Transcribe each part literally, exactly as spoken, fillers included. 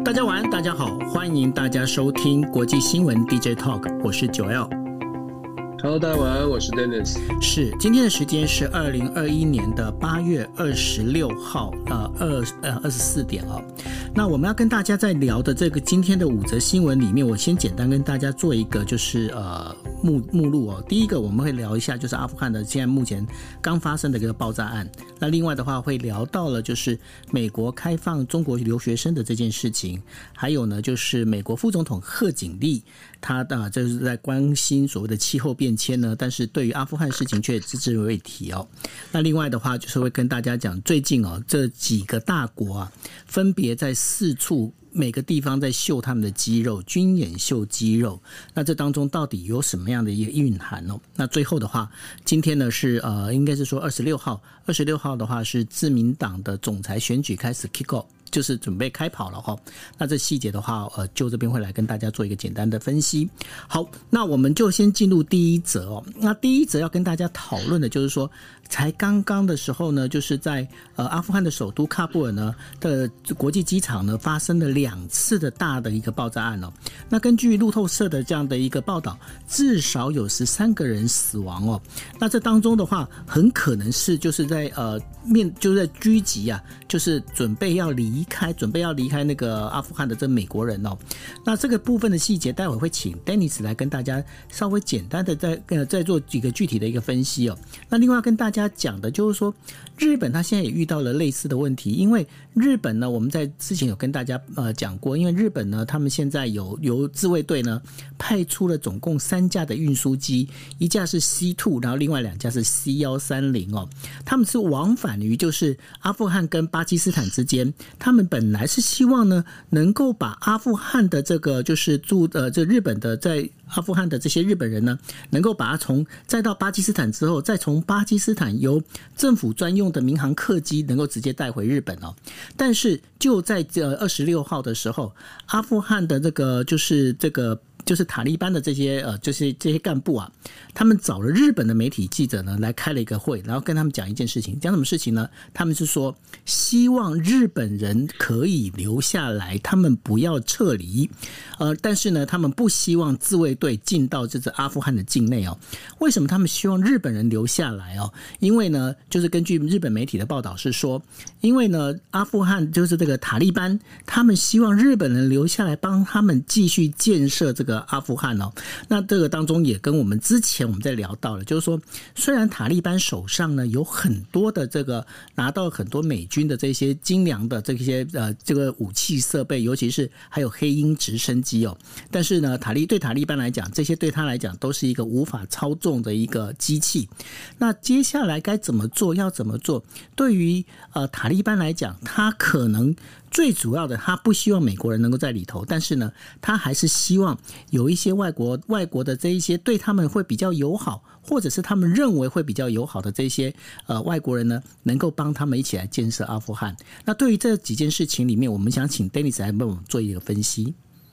大家晚安，大家好，欢迎大家收听国际新闻 D J Talk， 我是九 L。 Hello， 大家晚安，我是 Dennis。 是，今天的时间是二零二一年的八月二十六号，呃，二呃二十四点哦。那我们要跟大家在聊的这个今天的五则新闻里面，我先简单跟大家做一个就是呃目目录哦。第一个我们会聊一下就是阿富汗的现在目前刚发生的这个爆炸案。那另外的话会聊到了就是美国开放中国留学生的这件事情，还有呢就是美国副总统贺锦丽他啊就是在关心所谓的气候变迁呢，但是对于阿富汗事情却只字未提哦。那另外的话就是会跟大家讲最近哦这几个大国啊分别在四处每个地方在秀他们的肌肉，军演秀肌肉，那这当中到底有什么样的一个蕴含哦？那最后的话，今天呢是呃，应该是说二十六号，二十六号的话是自民党的总裁选举开始 kick off， 就是准备开跑了哈。那这细节的话，呃，就这边会来跟大家做一个简单的分析。好，那我们就先进入第一则哦。那第一则要跟大家讨论的就是说，才刚刚的时候呢，就是在呃阿富汗的首都喀布尔呢的国际机场呢发生了两次的大的一个爆炸案哦。那根据路透社的这样的一个报道，至少有十三个人死亡哦。那这当中的话，很可能是就是在呃面就是在狙击啊，就是准备要离开，准备要离开那个阿富汗的这美国人哦。那这个部分的细节，待会会请 Dennis 来跟大家稍微简单的再呃再做几个具体的一个分析哦。那另外跟大家讲的就是说，日本他现在也遇到了类似的问题，因为日本呢，我们在之前有跟大家呃讲过，因为日本呢，他们现在有由自卫队呢派出了总共三架的运输机，一架是 C 二， 然后另外两架是 C 一三零 哦，他们是往返于就是阿富汗跟巴基斯坦之间，他们本来是希望呢能够把阿富汗的这个就是驻呃这日本的在阿富汗的这些日本人呢，能够把它从再到巴基斯坦之后，再从巴基斯坦由政府专用的民航客机能够直接带回日本哦。但是就在这二十六号的时候，阿富汗的这个就是这个。就是塔利班的这些呃，就是这些干部啊，他们找了日本的媒体记者呢来开了一个会，然后跟他们讲一件事情，讲什么事情呢？他们是说希望日本人可以留下来，他们不要撤离，呃，但是呢，他们不希望自卫队进到这个阿富汗的境内哦。为什么他们希望日本人留下来哦？因为呢，就是根据日本媒体的报道是说，因为呢，阿富汗就是这个塔利班，他们希望日本人留下来帮他们继续建设这个阿富汗哦。那这个当中也跟我们之前我们在聊到了，就是说虽然塔利班手上呢有很多的这个拿到很多美军的这些精良的这些呃这个武器设备，尤其是还有黑鹰直升机哦，但是呢塔利对塔利班来讲，这些对他来讲都是一个无法操纵的一个机器。那接下来该怎么做？要怎么做？对于呃塔利班来讲，他可能最主要的，他不希望美国人能够在里头，但是呢，他还是希望有一些外国外国的这一些对他们会比较友好，或者是他们认为会比较友好的这些呃外国人呢，能够帮他们一起来建设阿富汗。那对于这几件事情里面，我们想请 Dennis 来帮我们做一个分析。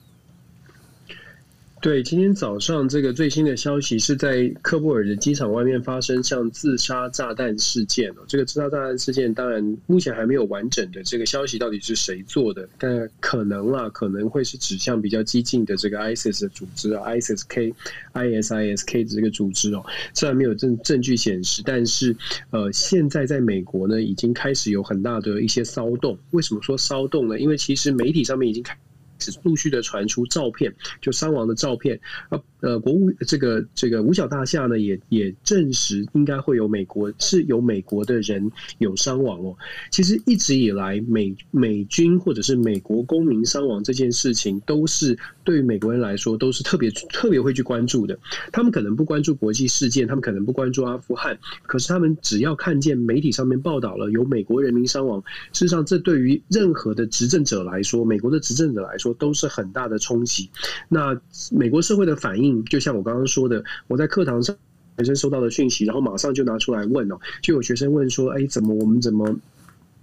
对，今天早上这个最新的消息是在喀布尔的机场外面发生像自杀炸弹事件哦。这个自杀炸弹事件当然目前还没有完整的这个消息到底是谁做的，但可能啦，可能会是指向比较激进的这个 ISIS 的组织啊 ，ISIS-K、I S I S K 的这个组织哦。虽然没有证证据显示，但是呃，现在在美国呢，已经开始有很大的一些骚动。为什么说骚动呢？因为其实媒体上面已经开陆续的传出照片，就伤亡的照片。呃，国务这个这个五角大厦呢，也也证实应该会有美国是有美国的人有伤亡哦。其实一直以来美美军或者是美国公民伤亡这件事情，都是对于美国人来说都是特别特别会去关注的。他们可能不关注国际事件，他们可能不关注阿富汗，可是他们只要看见媒体上面报道了有美国人民伤亡，事实上这对于任何的执政者来说，美国的执政者来说都是很大的冲击。那美国社会的反应，就像我刚刚说的，我在课堂上学生收到的讯息，然后马上就拿出来问哦，就有学生问说，哎，怎么我们怎么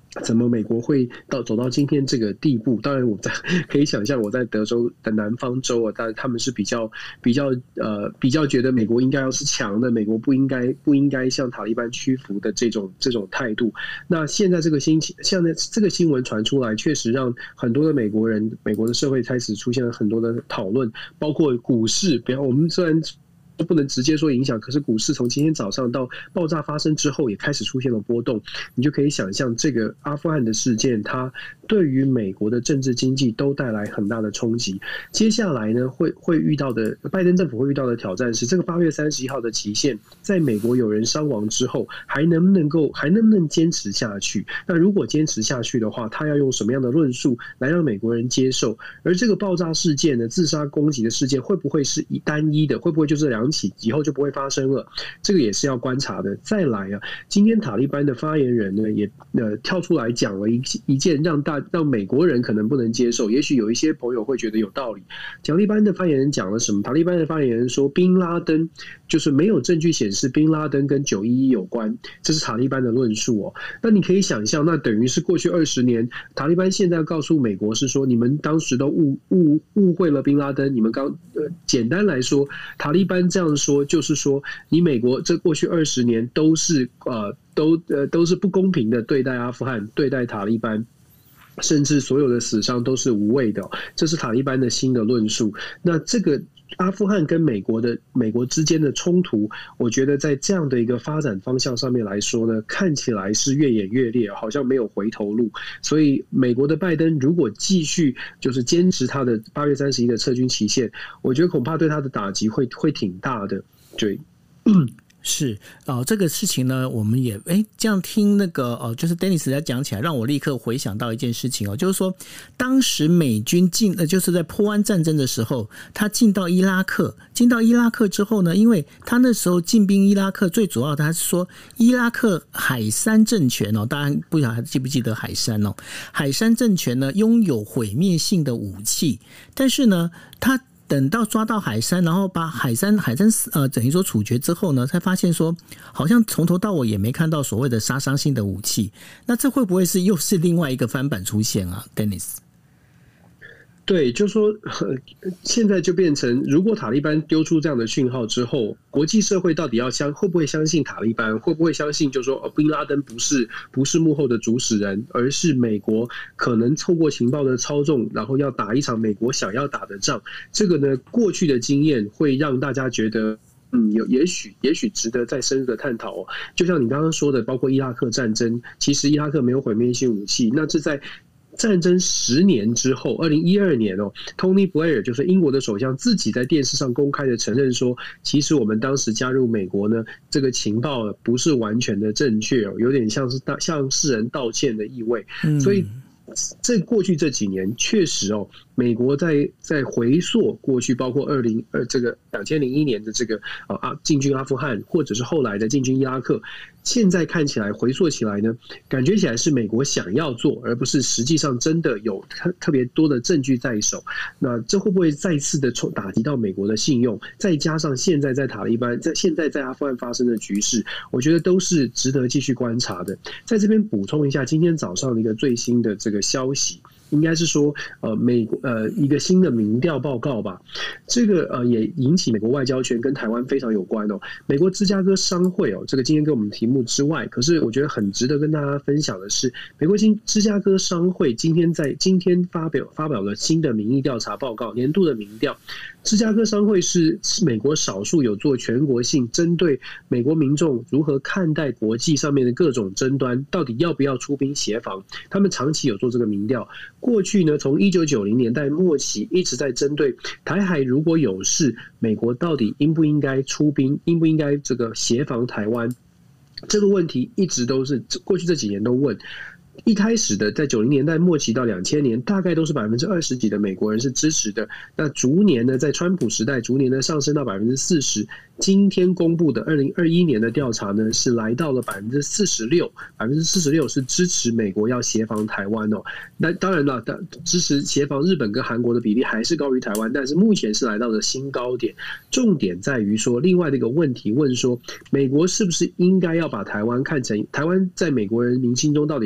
怎么美国会到走到今天这个地步？当然，我在可以想象，我在德州的南方州啊，但他们是比较比较呃比较觉得美国应该要是强的，美国不应该不应该向塔利班屈服的这种这种态度。那现在这个新现在这个新闻传出来，确实让很多的美国人、美国的社会开始出现了很多的讨论，包括股市。比方我们虽然不能直接说影响，可是股市从今天早上到爆炸发生之后也开始出现了波动，你就可以想象这个阿富汗的事件它对于美国的政治经济都带来很大的冲击。接下来呢会会遇到的拜登政府会遇到的挑战是，这个八月三十一号的期限在美国有人伤亡之后还能不能够还能不能坚持下去，那如果坚持下去的话，他要用什么样的论述来让美国人接受？而这个爆炸事件呢，自杀攻击的事件会不会是单一的，会不会就这两起以后就不会发生了？这个也是要观察的。再来啊，今天塔利班的发言人呢也呃跳出来讲了一一件让大让美国人可能不能接受，也许有一些朋友会觉得有道理。塔利班的发言人讲了什么？塔利班的发言人说，宾拉登就是没有证据显示宾拉登跟九一一有关，这是塔利班的论述哦。那你可以想象，那等于是过去二十年，塔利班现在告诉美国是说，你们当时都误误误会了宾拉登。你们刚呃简单来说，塔利班这样说就是说，你美国这过去二十年都是呃都呃都是不公平的对待阿富汗，对待塔利班。甚至所有的死伤都是无谓的，这是塔利班的新的论述。那这个阿富汗跟美国的美国之间的冲突，我觉得在这样的一个发展方向上面来说呢，看起来是越演越烈，好像没有回头路。所以美国的拜登如果继续就是坚持他的八月三十一的撤军期限，我觉得恐怕对他的打击会会挺大的。对。 是哦，这个事情呢，我们也哎这样听那个哦，就是 Dennis 在讲起来，让我立刻回想到一件事情哦，就是说当时美军进呃就是在波湾战争的时候，他进到伊拉克，进到伊拉克之后呢，因为他那时候进兵伊拉克，最主要他是说伊拉克海珊政权哦，大家不晓得还记不记得海珊哦？海珊政权呢拥有毁灭性的武器，但是呢，他等到抓到海珊，然后把海珊海珊呃等于说处决之后呢，才发现说好像从头到尾也没看到所谓的杀伤性的武器。那这会不会是又是另外一个翻版出现啊 ，Dennis？ 对，就说现在就变成，如果塔利班丢出这样的讯号之后，国际社会到底要相会不会相信塔利班？会不会相信，就说哦，宾拉登不是不是幕后的主使人，而是美国可能透过情报的操纵，然后要打一场美国想要打的仗？这个呢，过去的经验会让大家觉得。嗯，有也许也许值得再深入的探讨哦。就像你刚刚说的，包括伊拉克战争，其实伊拉克没有毁灭性武器，那这在战争十年之后，二零一二年哦 ，Tony Blair 就是英国的首相自己在电视上公开的承认说，其实我们当时加入美国呢，这个情报不是完全的正确哦，有点像是向世人道歉的意味， 嗯、 所以。这过去这几年确实哦，美国在在回溯过去，包括二零呃这个两千零一年的这个啊进军阿富汗，或者是后来的进军伊拉克，现在看起来回溯起来呢，感觉起来是美国想要做，而不是实际上真的有特特别多的证据在手。那这会不会再次的打击到美国的信用？再加上现在在塔利班在现在在阿富汗发生的局势，我觉得都是值得继续观察的。在这边补充一下，今天早上的一个最新的这个消息，应该是说，呃，美国呃一个新的民调报告吧，这个呃也引起美国外交圈跟台湾非常有关哦。美国芝加哥商会哦，这个今天跟我们题目之外，可是我觉得很值得跟大家分享的是，美国新芝加哥商会今天在今天发表发表了新的民意调查报告，年度的民调。芝加哥商会是是美国少数有做全国性针对美国民众如何看待国际上面的各种争端，到底要不要出兵协防，他们长期有做这个民调。过去呢，从一九九零年代末期一直在针对台海如果有事，美国到底应不应该出兵，应不应该这个协防台湾，这个问题一直都是过去这几年都问。一开始的在九零年代末期到两千年，大概都是百分之二十几的美国人是支持的。那逐年呢，在川普时代逐年的上升到百分之四十。今天公布的二零二一年的调查呢，是来到了百分之四十六，百分之四十六是支持美国要协防台湾哦。那当然了，支持协防日本跟韩国的比例还是高于台湾，但是目前是来到了新高点。重点在于说，另外的一个问题问说，美国是不是应该要把台湾看成台湾在美国人民心中到底是不是一个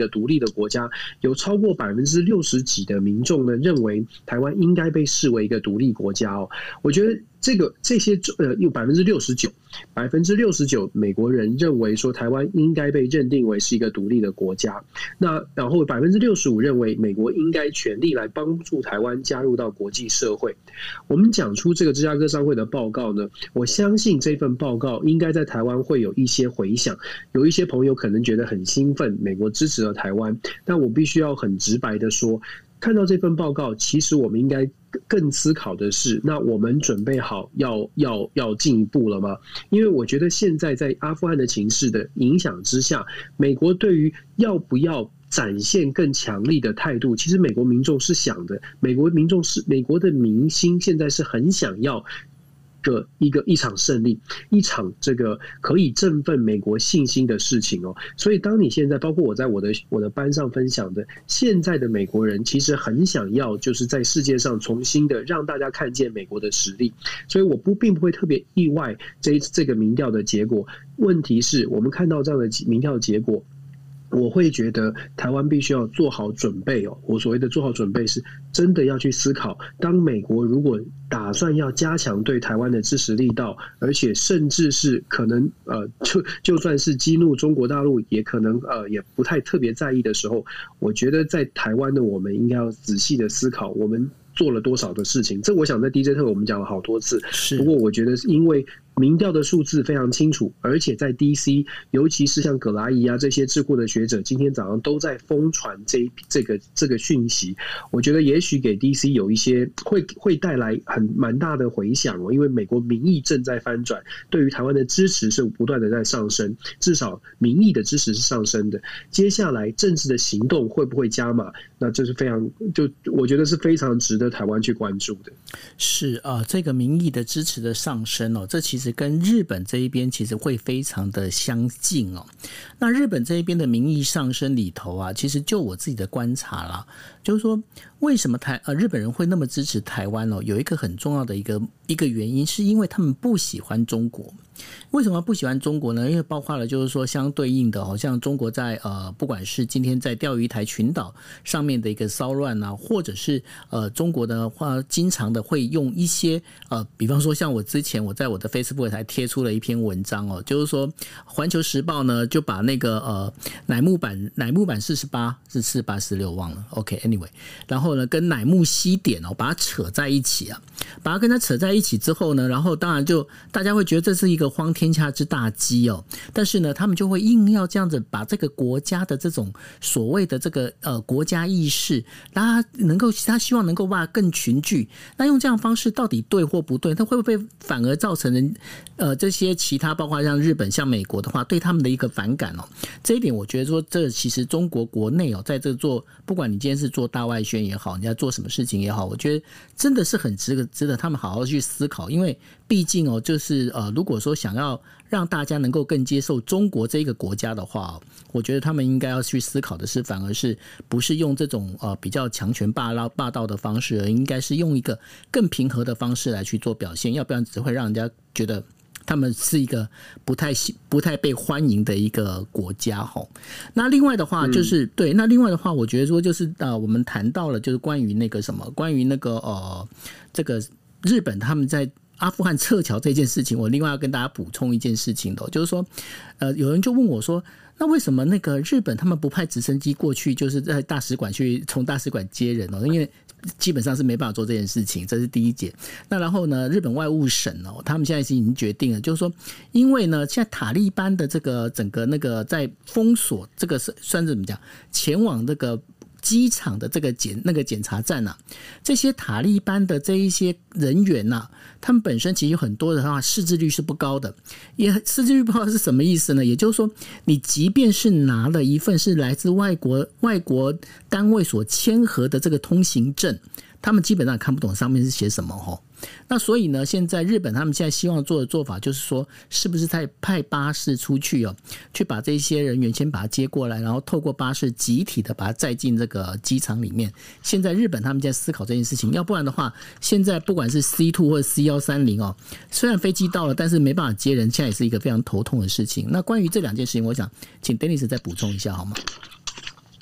个独立的国家，有超过百分之六十几的民众呢认为台湾应该被视为一个独立国家哦。我觉得这个这些呃有百分之六十九，百分之六十九美国人认为说台湾应该被认定为是一个独立的国家。那然后百分之六十五认为美国应该全力来帮助台湾加入到国际社会。我们讲出这个芝加哥商会的报告呢，我相信这份报告应该在台湾会有一些回响，有一些朋友可能觉得很兴奋，美国支持了台湾，但我必须要很直白的说，看到这份报告，其实我们应该更思考的是，那我们准备好要要要进一步了吗？因为我觉得现在在阿富汗的情势的影响之下，美国对于要不要展现更强力的态度，其实美国民众是想的，美国民众是美国的民心现在是很想要个一个一场胜利，一场这个可以振奋美国信心的事情哦。所以当你现在包括我在我的我的班上分享的，现在的美国人其实很想要就是在世界上重新的让大家看见美国的实力，所以我不并不会特别意外这这个民调的结果。问题是我们看到这样的民调结果，我会觉得台湾必须要做好准备哦。我所谓的做好准备是真的要去思考，当美国如果打算要加强对台湾的支持力道，而且甚至是可能呃，就就算是激怒中国大陆，也可能呃也不太特别在意的时候，我觉得在台湾的我们应该要仔细的思考，我们做了多少的事情。这我想在 D J 特我们讲了好多次，不过我觉得是因为民调的数字非常清楚，而且在 D C， 尤其是像葛拉伊啊这些智库的学者，今天早上都在疯传这这个这个讯息。我觉得也许给 D C 有一些会会带来很蛮大的回响哦，因为美国民意正在翻转，对于台湾的支持是不断的在上升，至少民意的支持是上升的。接下来政治的行动会不会加码？那这是非常就我觉得是非常值得台湾去关注的。 是啊、呃，这个民意的支持的上升哦，这其实跟日本这一边其实会非常的相近哦。那日本这一边的民意上升里头啊，其实就我自己的观察啦，就是说为什么台呃日本人会那么支持台湾哦？有一个很重要的一个一个原因，是因为他们不喜欢中国。为什么不喜欢中国呢？因为包括了就是说相对应的，好像中国在呃不管是今天在钓鱼台群岛上面的一个骚乱啊，或者是呃中国的话，经常的会用一些呃，比方说像我之前我在我的 Facebook 台贴出了一篇文章哦，就是说《环球时报》呢就把那个呃乃木坂乃木坂四十八是四八四六忘了 ，OK，anyway， 然后呢跟乃木希典哦把它扯在一起啊，把它跟它扯在一起之后呢，然后当然就大家会觉得这是一个荒天下之大稽哦，但是呢他们就会硬要这样子把这个国家的这种所谓的这个呃国家意识，大家能够他希望能够把它更群聚，那用这样的方式到底对或不对？它会不会反而造成人呃这些其他包括像日本像美国的话对他们的一个反感哦？这一点我觉得说这其实中国国内哦在这做，不管你今天是做大外宣也好，你在做什么事情也好，我觉得真的是很值得值得他们好好去思考，因为毕竟哦就是呃如果说想要让大家能够更接受中国这个国家的话，我觉得他们应该要去思考的是，反而是不是用这种呃比较强权霸道霸道的方式，而应该是用一个更平和的方式来去做表现，要不然只会让人家觉得他们是一个不太不太被欢迎的一个国家吼。那另外的话就是、嗯、对，那另外的话，我觉得说就是呃，我们谈到了就是关于那个什么，关于那个呃这个日本他们在阿富汗撤侨这件事情，我另外要跟大家补充一件事情的，就是说，呃，有人就问我说，那为什么那个日本他们不派直升机过去，就是在大使馆去从大使馆接人哦？因为基本上是没办法做这件事情，这是第一节。那然后呢，日本外务省哦，他们现在是已经决定了，就是说，因为呢，现在塔利班的这个整个那个在封锁这个算是怎么讲，前往这个机场的这个检那个检查站啊，这些塔利班的这一些人员呐、啊，他们本身其实有很多的话识字率是不高的，也识字率不高是什么意思呢？也就是说，你即便是拿了一份是来自外国外国单位所签合的这个通行证，他们基本上看不懂上面是写什么吼。那所以呢，现在日本他们现在希望做的做法就是说，是不是在派巴士出去哦，去把这些人员先把他接过来，然后透过巴士集体的把他载进这个机场里面。现在日本他们在思考这件事情，要不然的话，现在不管是 C 二 或者 C 一三零 哦，虽然飞机到了，但是没办法接人，现在也是一个非常头痛的事情。那关于这两件事情，我想请 Dennis 再补充一下好吗？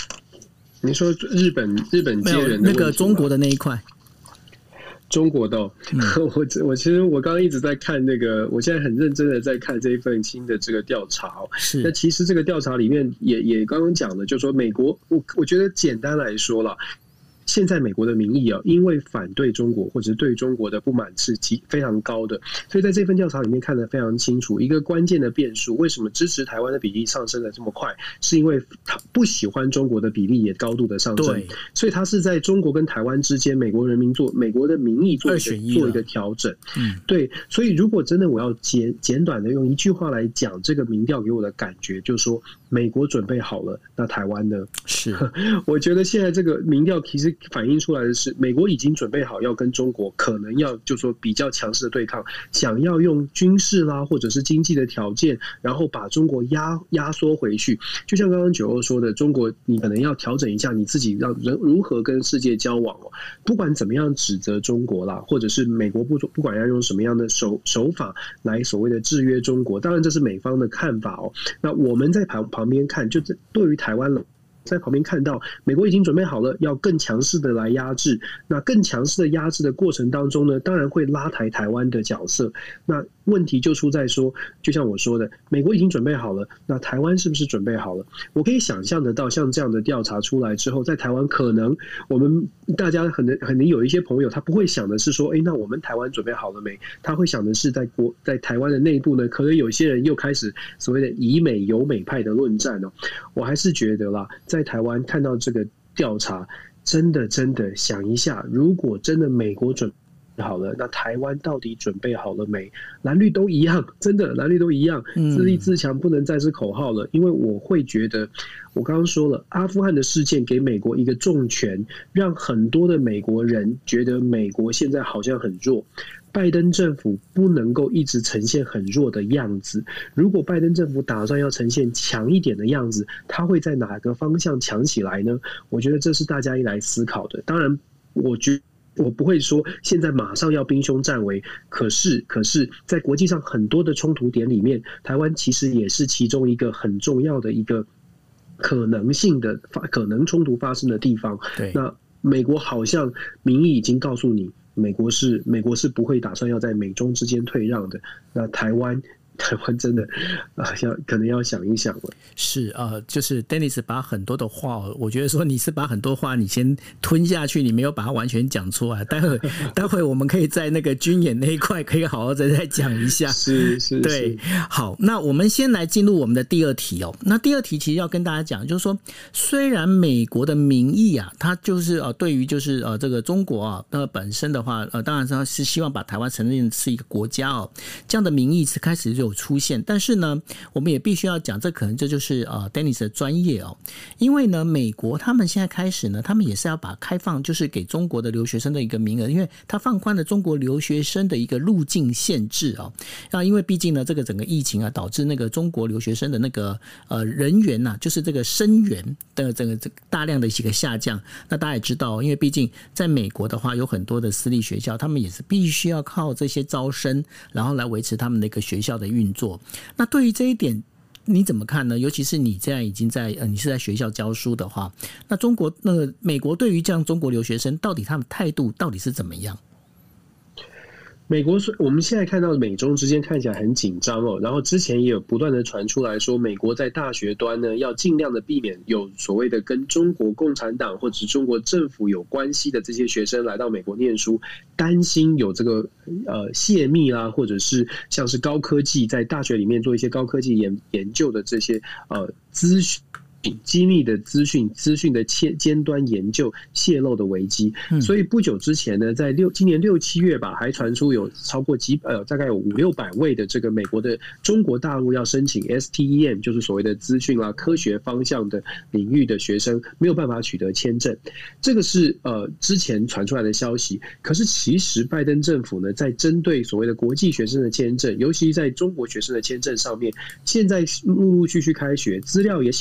你说日本日本接人的那个中国的那一块。 中国的、哦嗯、我我其实我刚刚一直在看那个，我现在很认真的在看这一份新的这个调查、哦。 是， 那其实这个调查里面也也刚刚讲了，就是说美国，我我觉得简单来说了。现在美国的民意啊，因为反对中国或者是对中国的不满是极非常高的，所以在这份调查里面看得非常清楚，一个关键的变数，为什么支持台湾的比例上升的这么快，是因为他不喜欢中国的比例也高度的上升，所以他是在中国跟台湾之间，美国人民做美国的民意做一个做一个调整。嗯，对，所以如果真的我要简简短的用一句话来讲，这个民调给我的感觉就是说，美国准备好了，那台湾呢？ 是， 我觉得现在这个民调其实反映出来的是，美国已经准备好要跟中国可能要就说比较强势的对抗，想要用军事啦或者是经济的条件，然后把中国压压缩回去。就像刚刚九欧说的，中国你可能要调整一下你自己让人如何跟世界交往哦。不管怎么样指责中国啦，或者是美国不不管要用什么样的手手法来所谓的制约中国，当然这是美方的看法哦。那我们在旁旁边看，就对于台湾了。在旁边看到美国已经准备好了要更强势的来压制，那更强势的压制的过程当中呢，当然会拉抬台湾的角色。那问题就出在说，就像我说的，美国已经准备好了，那台湾是不是准备好了？我可以想象得到，像这样的调查出来之后，在台湾可能我们大家可能可能有一些朋友，他不会想的是说，哎，那我们台湾准备好了没？他会想的是在国在台湾的内部呢，可能有些人又开始所谓的以美友美派的论战哦。我还是觉得啦，在台湾看到这个调查，真的真的想一下，如果真的美国准备好了，那台湾到底准备好了没？蓝绿都一样，真的蓝绿都一样，自立自强不能再是口号了。因为我会觉得，我刚刚说了，阿富汗的事件给美国一个重拳，让很多的美国人觉得美国现在好像很弱。拜登政府不能够一直呈现很弱的样子，如果拜登政府打算要呈现强一点的样子，他会在哪个方向强起来呢？我觉得这是大家一来思考的。当然，我觉得我不会说现在马上要兵凶战危，可是可是在国际上很多的冲突点里面，台湾其实也是其中一个很重要的一个可能性的发可能冲突发生的地方。 对， 那美国好像民意已经告诉你，美国是美国是不会打算要在美中之间退让的。那台湾。台湾真的啊，要可能要想一想了。 是呃，就是 Dennis 把很多的话，我觉得说你是把很多话你先吞下去，你没有把它完全讲出来。待会待会我们可以在那个军演那一块可以好好的再讲一下。 是是， 对。好，那我们先来进入我们的第二题哦。那第二题其实要跟大家讲，就是说，虽然美国的民意啊，它就是呃，对于就是呃这个中国啊，那本身的话，呃，当然它是希望把台湾承认是一个国家哦，这样的民意是开始就有出现，但是呢，我们也必须要讲，这可能这就是呃 Dennis 的专业哦，因为呢，美国他们现在开始呢，他们也是要把开放，就是给中国的留学生的一个名额，因为他放宽了中国留学生的一个入境限制哦。那因为毕竟呢，这个整个疫情啊，导致那个中国留学生的那个呃人员呐、啊，就是这个生源的整个大量的一个下降。那大家也知道，因为毕竟在美国的话，有很多的私立学校，他们也是必须要靠这些招生，然后来维持他们的一个学校的运作。那对于这一点你怎么看呢？尤其是你现在已经在呃，你是在学校教书的话，那中国那个美国对于这样中国留学生，到底他们态度到底是怎么样？ 美国我们现在看到美中之间看起来很紧张哦，然后之前也有不断的传出来说，美国在大学端呢要尽量的避免有所谓的跟中国共产党或者是中国政府有关系的这些学生来到美国念书，担心有这个呃泄密啦，或者是像是高科技在大学里面做一些高科技研研究的这些呃资讯。机密的资讯、资讯的尖端研究泄露的危机，所以不久之前呢，在六今年六七月吧，还传出有超过几呃大概有五六百位的这个美国的中国大陆要申请 S T E M， 就是所谓的资讯啦、科学方向的领域的学生没有办法取得签证，这个是呃之前传出来的消息。可是其实拜登政府呢，在针对所谓的国际学生的签证，尤其在中国学生的签证上面，现在陆陆续续开学，资料也显示。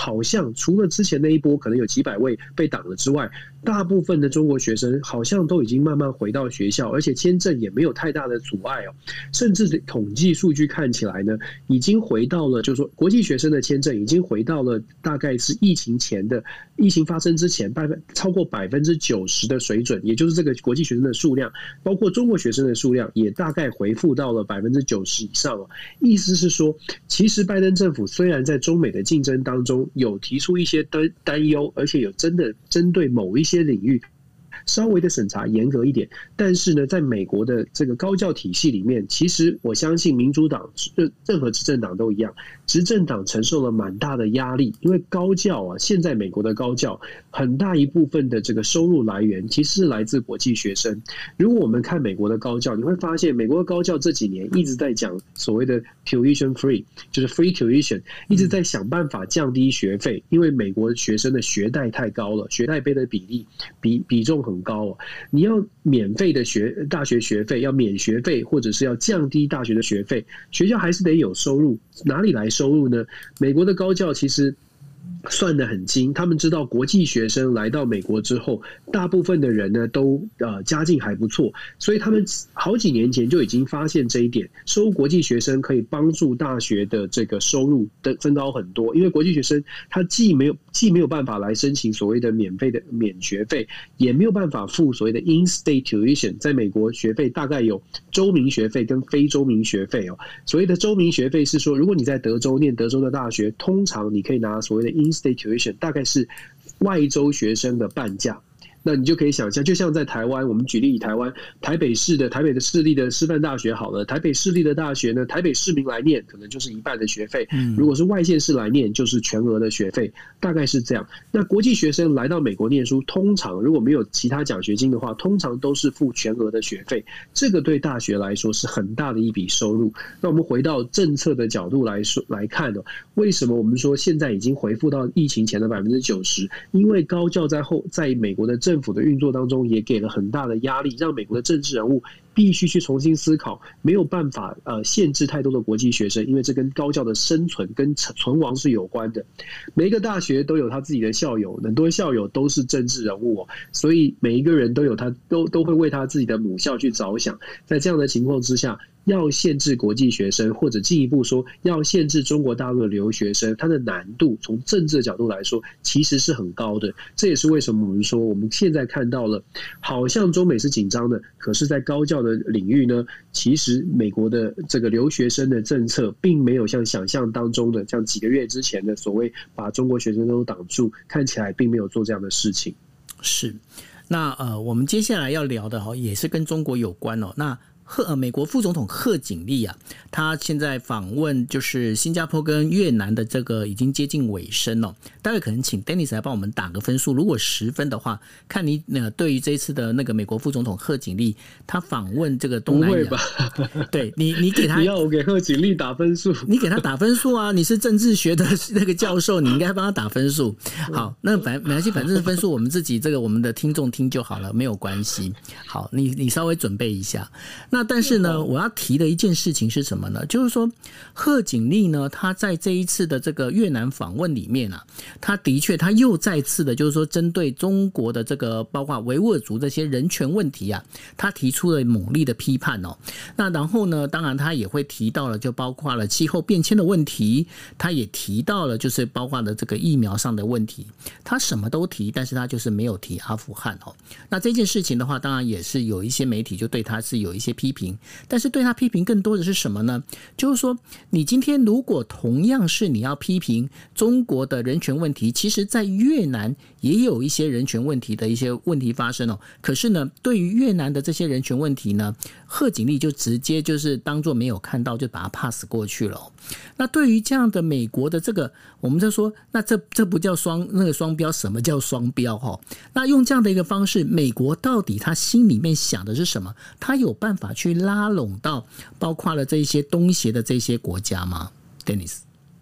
好像除了之前那一波可能有几百位被挡了之外，大部分的中国学生好像都已经慢慢回到学校，而且签证也没有太大的阻碍哦。甚至统计数据看起来呢，已经回到了，就是说国际学生的签证已经回到了大概是疫情前的，疫情发生之前百分超过百分之九十的水准，也就是这个国际学生的数量，包括中国学生的数量也大概回复到了百分之九十以上哦。意思是说，其实拜登政府虽然在中美的竞争当中有提出一些担担忧，而且有真的针对某一些领域稍微的审查严格一点，但是呢，在美国的这个高教体系里面，其实我相信民主党任何执政党都一样，执政党承受了蛮大的压力，因为高教啊，现在美国的高教很大一部分的这个收入来源其实是来自国际学生。如果我们看美国的高教，你会发现美国的高教这几年一直在讲所谓的 tuition free， 就是 free tuition， 一直在想办法降低学费，因为美国学生的学贷太高了，学贷背的比例比比重很高哦。你要免费的学大学学费，要免学费，或者是要降低大学的学费，学校还是得有收入，哪里来收入呢？美国的高教其实算得很精，他们知道国际学生来到美国之后，大部分的人呢都呃家境还不错，所以他们好几年前就已经发现这一点，收国际学生可以帮助大学的这个收入的增高很多，因为国际学生他既没有既没有办法来申请所谓的免费的免学费，也没有办法付所谓的 in-state tuition， 在美国学费大概有州民学费跟非州民学费哦。所谓的州民学费是说，如果你在德州念德州的大学，通常你可以拿所谓的 in-state tuition， 大概是外州学生的半价。那你就可以想象，就像在台湾，我们举例以台湾台北市的台北的市立的师范大学好了，台北市立的大学呢，台北市民来念可能就是一半的学费，如果是外县市来念就是全额的学费，大概是这样。那国际学生来到美国念书，通常如果没有其他奖学金的话，通常都是付全额的学费，这个对大学来说是很大的一笔收入。那我们回到政策的角度来说来看呢、哦，为什么我们说现在已经回复到疫情前的百分之九十？因为高教在后在美国的政府的运作当中也给了很大的压力，让美国的政治人物必须去重新思考，没有办法呃限制太多的国际学生，因为这跟高教的生存跟存亡是有关的。每一个大学都有他自己的校友，很多校友都是政治人物哦，所以每一个人都有他都都会为他自己的母校去着想。在这样的情况之下，要限制国际学生，或者进一步说要限制中国大陆的留学生，它的难度从政治的角度来说其实是很高的。这也是为什么我们说我们现在看到了好像中美是紧张的，可是在高教的领域呢，其实美国的这个留学生的政策并没有像想象当中的像几个月之前的所谓把中国学生都挡住，看起来并没有做这样的事情。 是，那呃，我们接下来要聊的也是跟中国有关哦。那贺美国副总统贺锦丽啊，他现在访问就是新加坡跟越南的这个已经接近尾声哦。待会可能请 Dennis 来帮我们打个分数，如果十分的话，看你呃对于这一次的那个美国副总统贺锦丽他访问这个东南亚， 不会吧？ 对你你给他， 你要我给贺锦丽打分数？ 你给他打分数啊！你是政治学的那个教授，你应该帮他打分数。好，那反没关系，反正分数我们自己这个我们的听众听就好了，没有关系。好，你你稍微准备一下。那但是呢，我要提的一件事情是什么呢？就是说，贺锦丽呢，他在这一次的这个越南访问里面啊，他的确他又再次的，就是说针对中国的这个包括维吾尔族这些人权问题啊，他提出了猛烈的批判哦。那然后呢，当然他也会提到了，就包括了气候变迁的问题，他也提到了就是包括了这个疫苗上的问题，他什么都提，但是他就是没有提阿富汗哦。那这件事情的话，当然也是有一些媒体就对他是有一些批评，但是对他批评更多的是什么呢？就是说，你今天如果同样是你要批评中国的人权问题，其实在越南也有一些人权问题的一些问题发生哦。可是呢，对于越南的这些人权问题呢，贺锦丽就直接就是当作没有看到，就把它 pass 过去了哦。那对于这样的美国的这个，我们就说，那这这不叫双那个双标，什么叫双标哈？那用这样的一个方式，美国到底他心里面想的是什么？他有办法去拉拢到包括了这些东协的这些国家吗 ？Dennis，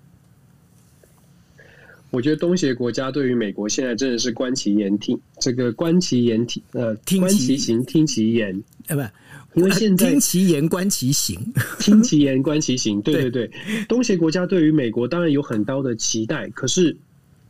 我觉得东协国家对于美国现在真的是观其言听，这个观其言听，呃，观其行，听其言， 呃，不。 因为现在听其言观其行， 听其言观其行，对对对，东协国家对于美国当然有很高的期待，可是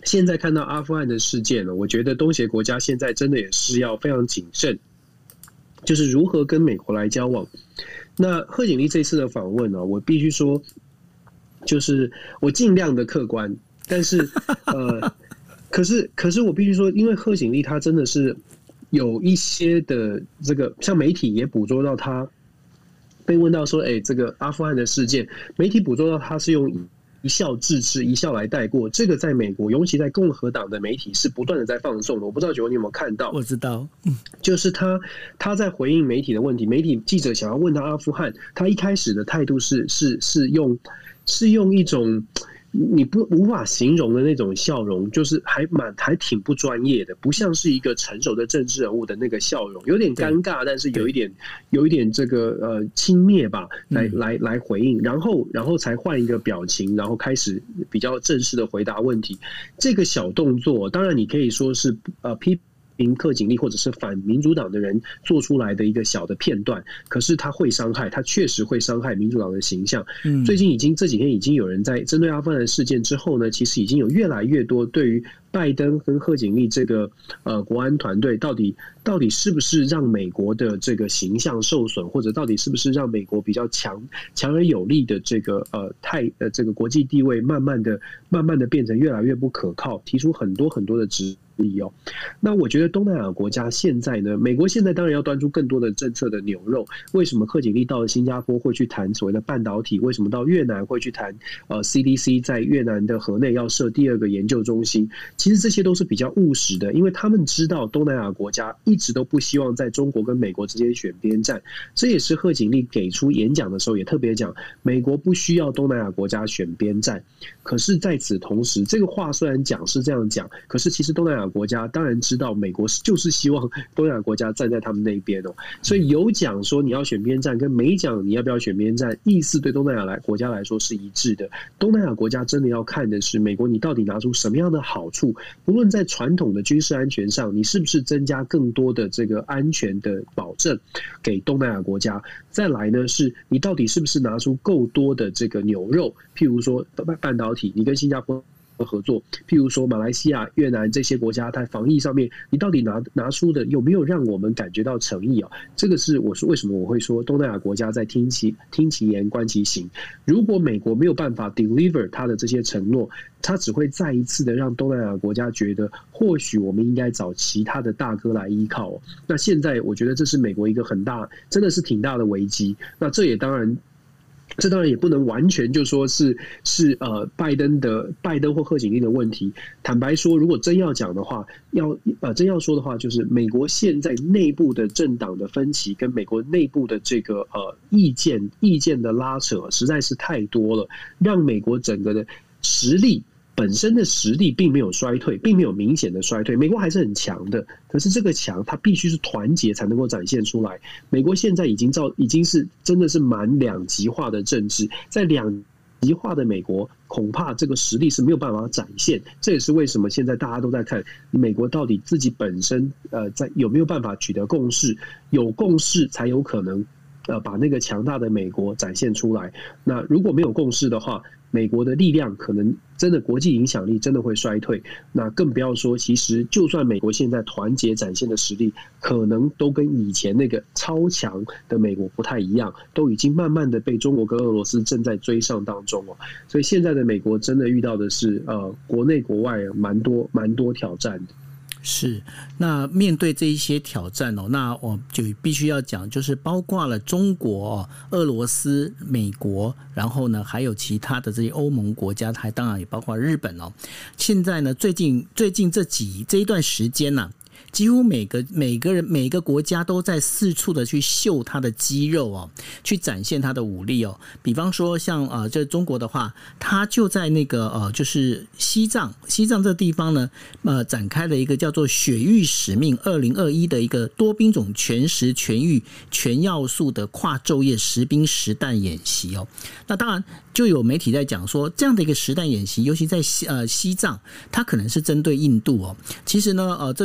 现在看到阿富汗的事件呢，我觉得东协国家现在真的也是要非常谨慎，就是如何跟美国来交往。那贺锦丽这次的访问呢，我必须说，就是我尽量的客观，但是呃，可是可是我必须说，因为贺锦丽她真的是有一些的这个，像媒体也捕捉到她被问到说，哎、欸，这个阿富汗的事件，媒体捕捉到她是用一笑置之，一笑来带过。这个在美国，尤其在共和党的媒体是不断的在放送的。我不知道九欧你有没有看到？ 我知道， 嗯，就是他他在回应媒体的问题，媒体记者想要问他阿富汗，他一开始的态度是是是用是用一种你不无法形容的那种笑容，就是还蛮还挺不专业的，不像是一个成熟的政治人物的那个笑容，有点尴尬，但是有一点有一点这个呃轻蔑吧，来来来回应，然后然后才换一个表情，然后开始比较正式的回答问题。这个小动作，当然你可以说是呃批评贺锦丽或者是反民主党的人做出来的一个小的片段，可是它会伤害，它确实会伤害民主党的形象。嗯，最近已经这几天已经有人在针对阿富汗的事件之后呢，其实已经有越来越多对于拜登跟贺锦丽这个呃国安团队到底到底是不是让美国的这个形象受损，或者到底是不是让美国比较强强而有力的这个呃太呃这个国际地位慢慢的慢慢的变成越来越不可靠，提出很多很多的质疑哦。那我觉得东南亚国家现在呢，美国现在当然要端出更多的政策的牛肉。为什么贺锦丽到了新加坡会去谈所谓的半导体？为什么到越南会去谈呃 C D C 在越南的河内要设第二个研究中心？其实这些都是比较务实的，因为他们知道东南亚国家一直都不希望在中国跟美国之间选边站。这也是贺锦丽给出演讲的时候也特别讲，美国不需要东南亚国家选边站。可是在此同时，这个话虽然讲是这样讲，可是其实东南亚国家当然知道美国就是希望东南亚国家站在他们那边哦。所以有讲说你要选边站，跟没讲你要不要选边站，意思对东南亚来国家来说是一致的。东南亚国家真的要看的是美国你到底拿出什么样的好处，不论在传统的军事安全上，你是不是增加更多的这个安全的保证给东南亚国家？再来呢，是你到底是不是拿出够多的这个牛肉，譬如说半导体，你跟新加坡合作，譬如说马来西亚、越南这些国家在防疫上面，你到底拿拿出的有没有让我们感觉到诚意啊？这个是我说为什么我会说东南亚国家在听其听其言观其行。如果美国没有办法 deliver 他的这些承诺，他只会再一次的让东南亚国家觉得，或许我们应该找其他的大哥来依靠哦。那现在我觉得这是美国一个很大，真的是挺大的危机。那这也当然。这当然也不能完全就说是是呃拜登的拜登或贺锦丽的问题。坦白说，如果真要讲的话，要呃真要说的话，就是美国现在内部的政党的分歧跟美国内部的这个呃意见意见的拉扯实在是太多了，让美国整个的实力。本身的实力并没有衰退，并没有明显的衰退，美国还是很强的。可是这个强，它必须是团结才能够展现出来。美国现在已经造，已经是真的是蛮两极化的政治，在两极化的美国，恐怕这个实力是没有办法展现。这也是为什么现在大家都在看美国到底自己本身呃在有没有办法取得共识，有共识才有可能呃把那个强大的美国展现出来。那如果没有共识的话，美国的力量可能真的国际影响力真的会衰退，那更不要说，其实就算美国现在团结展现的实力，可能都跟以前那个超强的美国不太一样，都已经慢慢的被中国跟俄罗斯正在追上当中哦。所以现在的美国真的遇到的是呃国内国外蛮多蛮多挑战的。 是，那面对这一些挑战哦，那我就必须要讲，就是包括了中国、俄罗斯、美国，然后呢，还有其他的这些欧盟国家，还当然也包括日本哦。现在呢，最近最近这几这一段时间呢、啊。几乎每个每个人每个国家都在四处的去秀他的肌肉哦，去展现他的武力哦。比方说像呃，这中国的话，他就在那个呃，就是西藏，西藏这地方呢，呃，展开了一个叫做“雪域使命二零二一”的一个多兵种全时全域全要素的跨昼夜实兵实弹演习哦。那当然就有媒体在讲说，这样的一个实弹演习，尤其在西呃西藏，它可能是针对印度哦。其实呢，呃，这个当中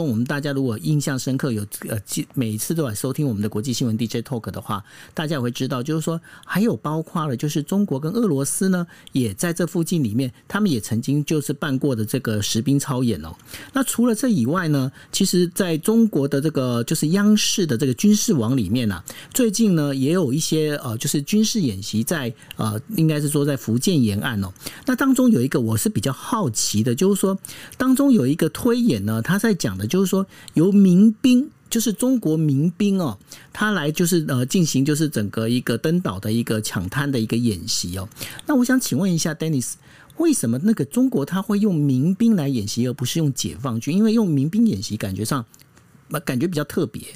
我们大家如果印象深刻，有呃每一次都来收听我们的国际新闻 D J Talk 的话，大家也会知道，就是说还有包括了就是中国跟俄罗斯呢，也在这附近里面，他们也曾经就是办过的这个实兵操演哦。那除了这以外呢，其实在中国的这个就是央视的这个军事网里面啊，最近呢也有一些呃就是军事演习在呃应该是说在福建沿岸哦。那当中有一个我是比较好奇的，就是说当中有一个推演呢，他在讲的就是说由民兵。就是中国民兵哦，他来就是呃进行就是整个一个登岛的一个抢滩的一个演习哦。那我想请问一下 Dennis， 为什么那个中国他会用民兵来演习，而不是用解放军？因为用民兵演习感觉上感觉比较特别。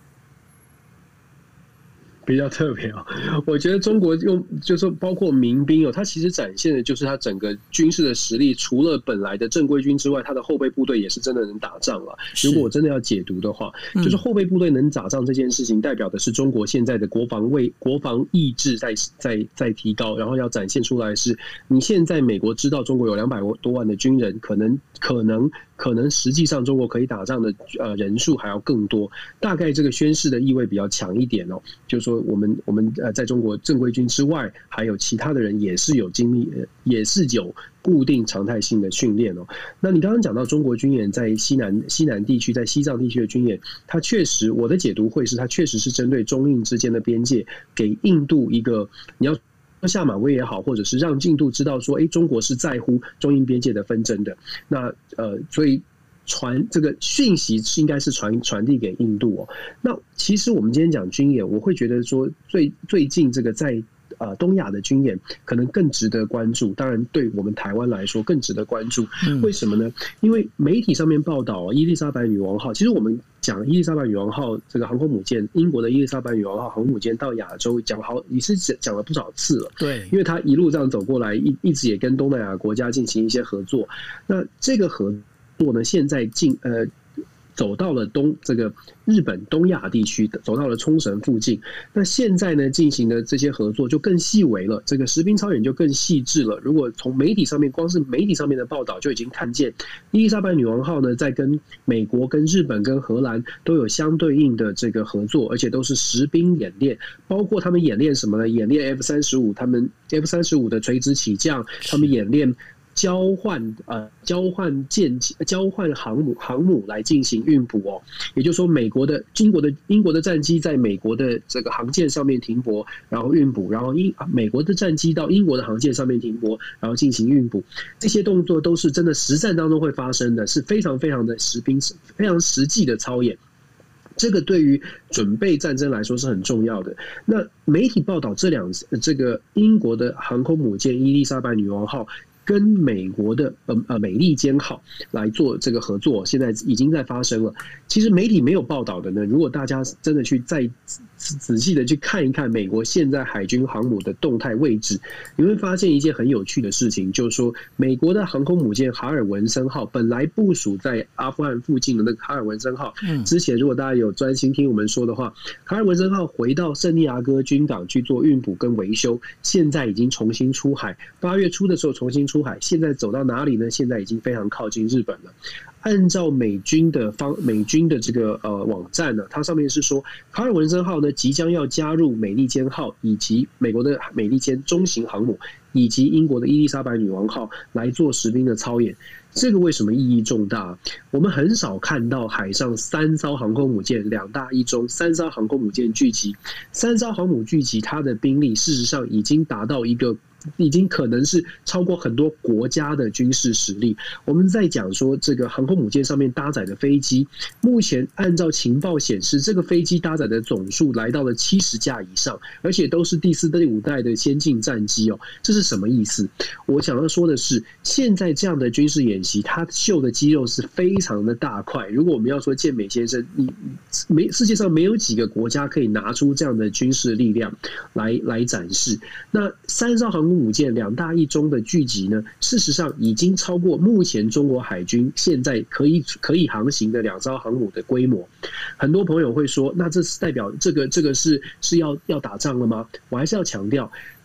比较特别哦，我觉得中国用就是包括民兵哦，它其实展现的就是它整个军事的实力，除了本来的正规军之外，它的后备部队也是真的能打仗了。如果我真的要解读的话，就是后备部队能打仗这件事情，代表的是中国现在的国防为国防意志在在在提高，然后要展现出来是，你现在美国知道中国有两百多万的军人，可能可能。可能实际上中国可以打仗的呃人数还要更多，大概这个宣示的意味比较强一点哦。就是说我们我们呃在中国正规军之外，还有其他的人也是有经历，也是有固定常态性的训练哦。那你刚刚讲到中国军演在西南西南地区，在西藏地区的军演，它确实我的解读会是它确实是针对中印之间的边界，给印度一个你要。下马威也好，或者是让印度知道说，哎，中国是在乎中印边界的纷争的。那呃，所以传这个讯息是应该是传传递给印度哦。那其实我们今天讲军演，我会觉得说最最近这个在。呃，东亚的军演可能更值得关注，当然对我们台湾来说更值得关注。为什么呢？因为媒体上面报道伊丽莎白女王号，其实我们讲伊丽莎白女王号这个航空母舰，英国的伊丽莎白女王号航空母舰到亚洲讲好，也是讲了不少次了。 对， 因为它一路这样走过来，一一直也跟东南亚国家进行一些合作。那这个合作呢，现在进呃。走到了东这个日本东亚地区，走到了冲绳附近。那现在呢，进行的这些合作就更细微了，这个实兵操演就更细致了。如果从媒体上面，光是媒体上面的报道就已经看见，伊丽莎白女王号呢，在跟美国、跟日本、跟荷兰都有相对应的这个合作，而且都是实兵演练，包括他们演练什么呢？演练 F 三十五，他们 F 三十五的垂直起降，他们演练。交换呃交换舰交换航母航母来进行运补哦，也就是说，美国的英国的英国的战机在美国的这个航舰上面停泊，然后运补，然后英美国的战机到英国的航舰上面停泊，然后进行运补，这些动作都是真的实战当中会发生的，是非常非常的实兵非常实际的操演。这个对于准备战争来说是很重要的。那媒体报道这两这个英国的航空母舰伊丽莎白女王号。跟美国的呃呃美利坚号来做这个合作，现在已经在发生了。其实媒体没有报道的呢，如果大家真的去再仔细的去看一看美国现在海军航母的动态位置，你会发现一件很有趣的事情，就是说美国的航空母舰哈尔文森号本来部署在阿富汗附近的那个哈尔文森号，之前如果大家有专心听我们说的话，哈尔文森号回到圣地亚哥军港去做运补跟维修，现在已经重新出海，八月初的时候重新出海，现在走到哪里呢？现在已经非常靠近日本了。按照美军的方美军的这个呃网站呢，它上面是说，卡尔文森号呢即将要加入美利坚号以及美国的美利坚中型航母，以及英国的伊丽莎白女王号来做实兵的操演。这个为什么意义重大？我们很少看到海上三艘航空母舰两大一中，三艘航空母舰聚集，三艘航母聚集，它的兵力事实上已经达到一个。已经可能是超过很多国家的军事实力。我们在讲说这个航空母舰上面搭载的飞机，目前按照情报显示，这个飞机搭载的总数来到了七十架以上，而且都是第四、第五代的先进战机哦。这是什么意思？我想要说的是，现在这样的军事演习，它秀的肌肉是非常的大块。如果我们要说健美先生，你没世界上没有几个国家可以拿出这样的军事力量来来展示。那三艘航空母舰两大一中的聚集呢，事实上已经超过目前中国海军现在可以可以航行的两艘航母的规模。很多朋友会说，那这是代表这个这个是是要要打仗了吗？我还是要强调，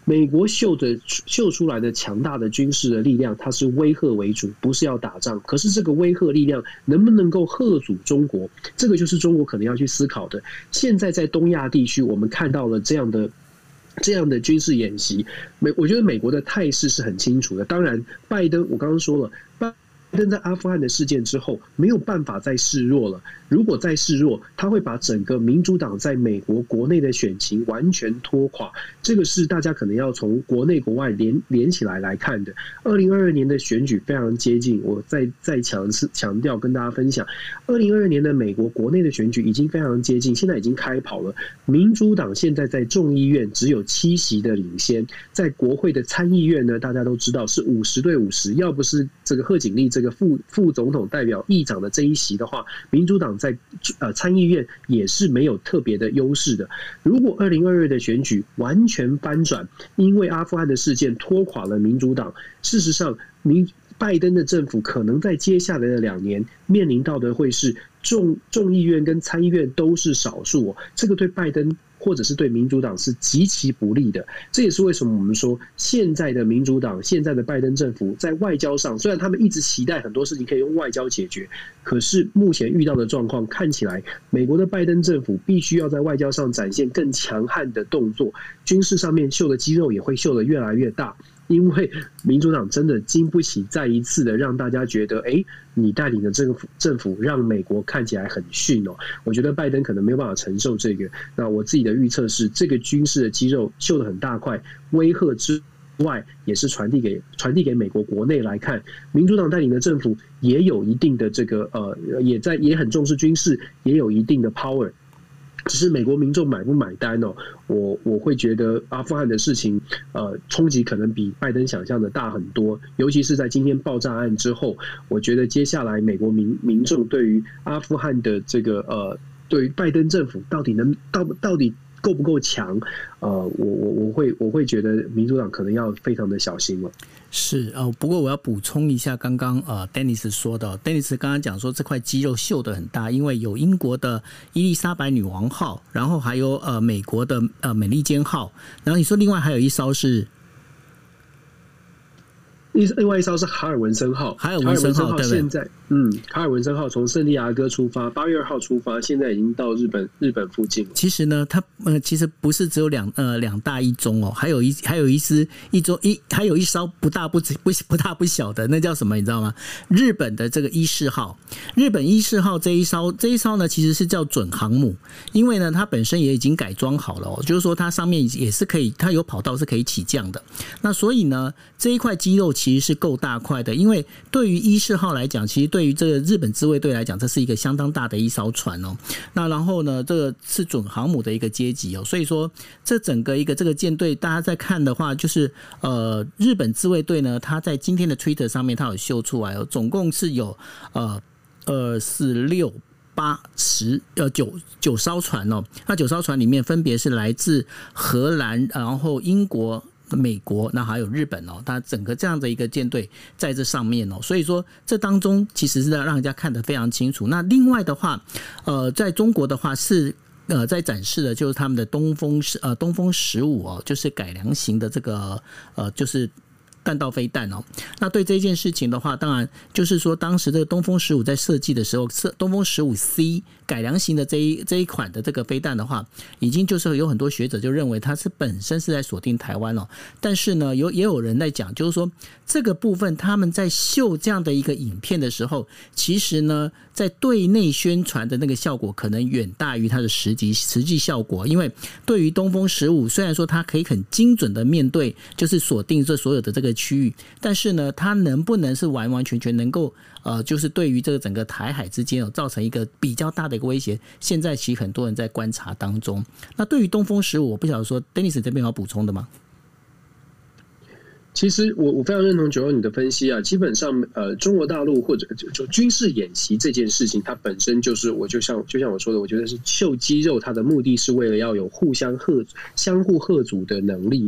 美国秀的秀出来的强大的军事的力量，它是威吓为主，不是要打仗。可是这个威吓力量能不能够吓阻中国，这个就是中国可能要去思考的。现在在东亚地区，我们看到了这样的。这样的军事演习，美我觉得美国的态势是很清楚的。当然，拜登我刚刚说了，拜登在阿富汗的事件之后没有办法再示弱了。如果再示弱，他会把整个民主党在美国国内的选情完全拖垮。这个是大家可能要从国内国外连连起来来看的。二零二二年的选举非常接近，我再再强次强调跟大家分享，二零二二年的美国国内的选举已经非常接近，现在已经开跑了。民主党现在在众议院只有七席的领先，在国会的参议院呢，大家都知道是五十对五十，要不是这个贺锦丽这个副副总统代表议长的这一席的话，民主党在呃参议院也是没有特别的优势的。如果二零二二的选举完全翻转，因为阿富汗的事件拖垮了民主党，事实上民拜登的政府可能在接下来的两年面临到的会是众众议院跟参议院都是少数、哦，这个对拜登或者是对民主党是极其不利的。这也是为什么我们说现在的民主党、现在的拜登政府在外交上，虽然他们一直期待很多事情可以用外交解决，可是目前遇到的状况看起来，美国的拜登政府必须要在外交上展现更强悍的动作，军事上面秀的肌肉也会秀得越来越大。因为民主党真的经不起再一次的让大家觉得，哎，你带领的这个政府让美国看起来很逊哦。我觉得拜登可能没有办法承受这个。那我自己的预测是，这个军事的肌肉秀得很大块，威吓之外，也是传递给传递给美国国内来看，民主党带领的政府也有一定的这个呃，也在也很重视军事，也有一定的 power。只是美国民众买不买单哦？我我会觉得阿富汗的事情，呃，冲击可能比拜登想象的大很多。尤其是在今天爆炸案之后，我觉得接下来美国民民众对于阿富汗的这个呃，对于拜登政府到底能到到底够不够强？呃，我我我会我会觉得民主党可能要非常的小心了。 是哦，不过我要补充一下，刚刚呃，Dennis 说的 ，Dennis 刚刚讲说这块肌肉秀得很大，因为有英国的伊丽莎白女王号，然后还有呃美国的呃美利坚号，然后你说另外还有一艘是。 另外一艘是卡尔文森号， 卡尔文森号现在，嗯，卡尔文森号从圣地亚哥出发，八月二号出发，现在已经到日本日本附近了。 其实呢，它呃其实不是只有两呃两大一中哦，还有一还有一支一中一还有一艘不大不不不大不小的，那叫什么？你知道吗？日本的这个伊势号，日本伊势号这一艘这一艘呢，其实是叫准航母，因为呢它本身也已经改装好了哦，就是说它上面也是可以，它有跑道是可以起降的。那所以呢，这一块肌肉其实是够大块的，因为对于伊势号来讲，其实对于这个日本自卫队来讲，这是一个相当大的一艘船哦。那然后呢，这个是准航母的一个阶级哦，所以说这整个一个这个舰队，大家在看的话，就是呃，日本自卫队呢，它在今天的 Twitter 上面，它有秀出来哦，总共是有呃二四六。八十呃九九艘船哦，那九艘船里面分别是来自荷兰，然后英国、美国，那还有日本哦，它整个这样的一个舰队在这上面哦，所以说这当中其实是让人家看得非常清楚。那另外的话，呃，在中国的话是。呃，在展示的就是他们的东风呃东风十五哦，就是改良型的这个呃就是弹道飞弹哦。那对这件事情的话，当然就是说，当时这个东风十五在设计的时候，东风十五 C 改良型的这一这一款的这个飞弹的话，已经就是有很多学者就认为它是本身是在锁定台湾哦。但是呢，有也有人在讲，就是说这个部分他们在秀这样的一个影片的时候，其实呢，在对内宣传的那个效果可能远大于它的实际实际效果。因为对于东风十五，虽然说它可以很精准的面对，就是锁定这所有的这个区域，但是呢，它能不能是完完全全能够呃，就是对于这个整个台海之间有造成一个比较大的一个威胁？现在其实很多人在观察当中。那对于东风十五，我不晓得说 Dennis 这边有补充的吗？ 其实我我非常认同九欧你的分析啊，基本上呃中国大陆或者就就军事演习这件事情，它本身就是我就像就像我说的，我觉得是秀肌肉，它的目的是为了要有互相吓相互吓阻的能力。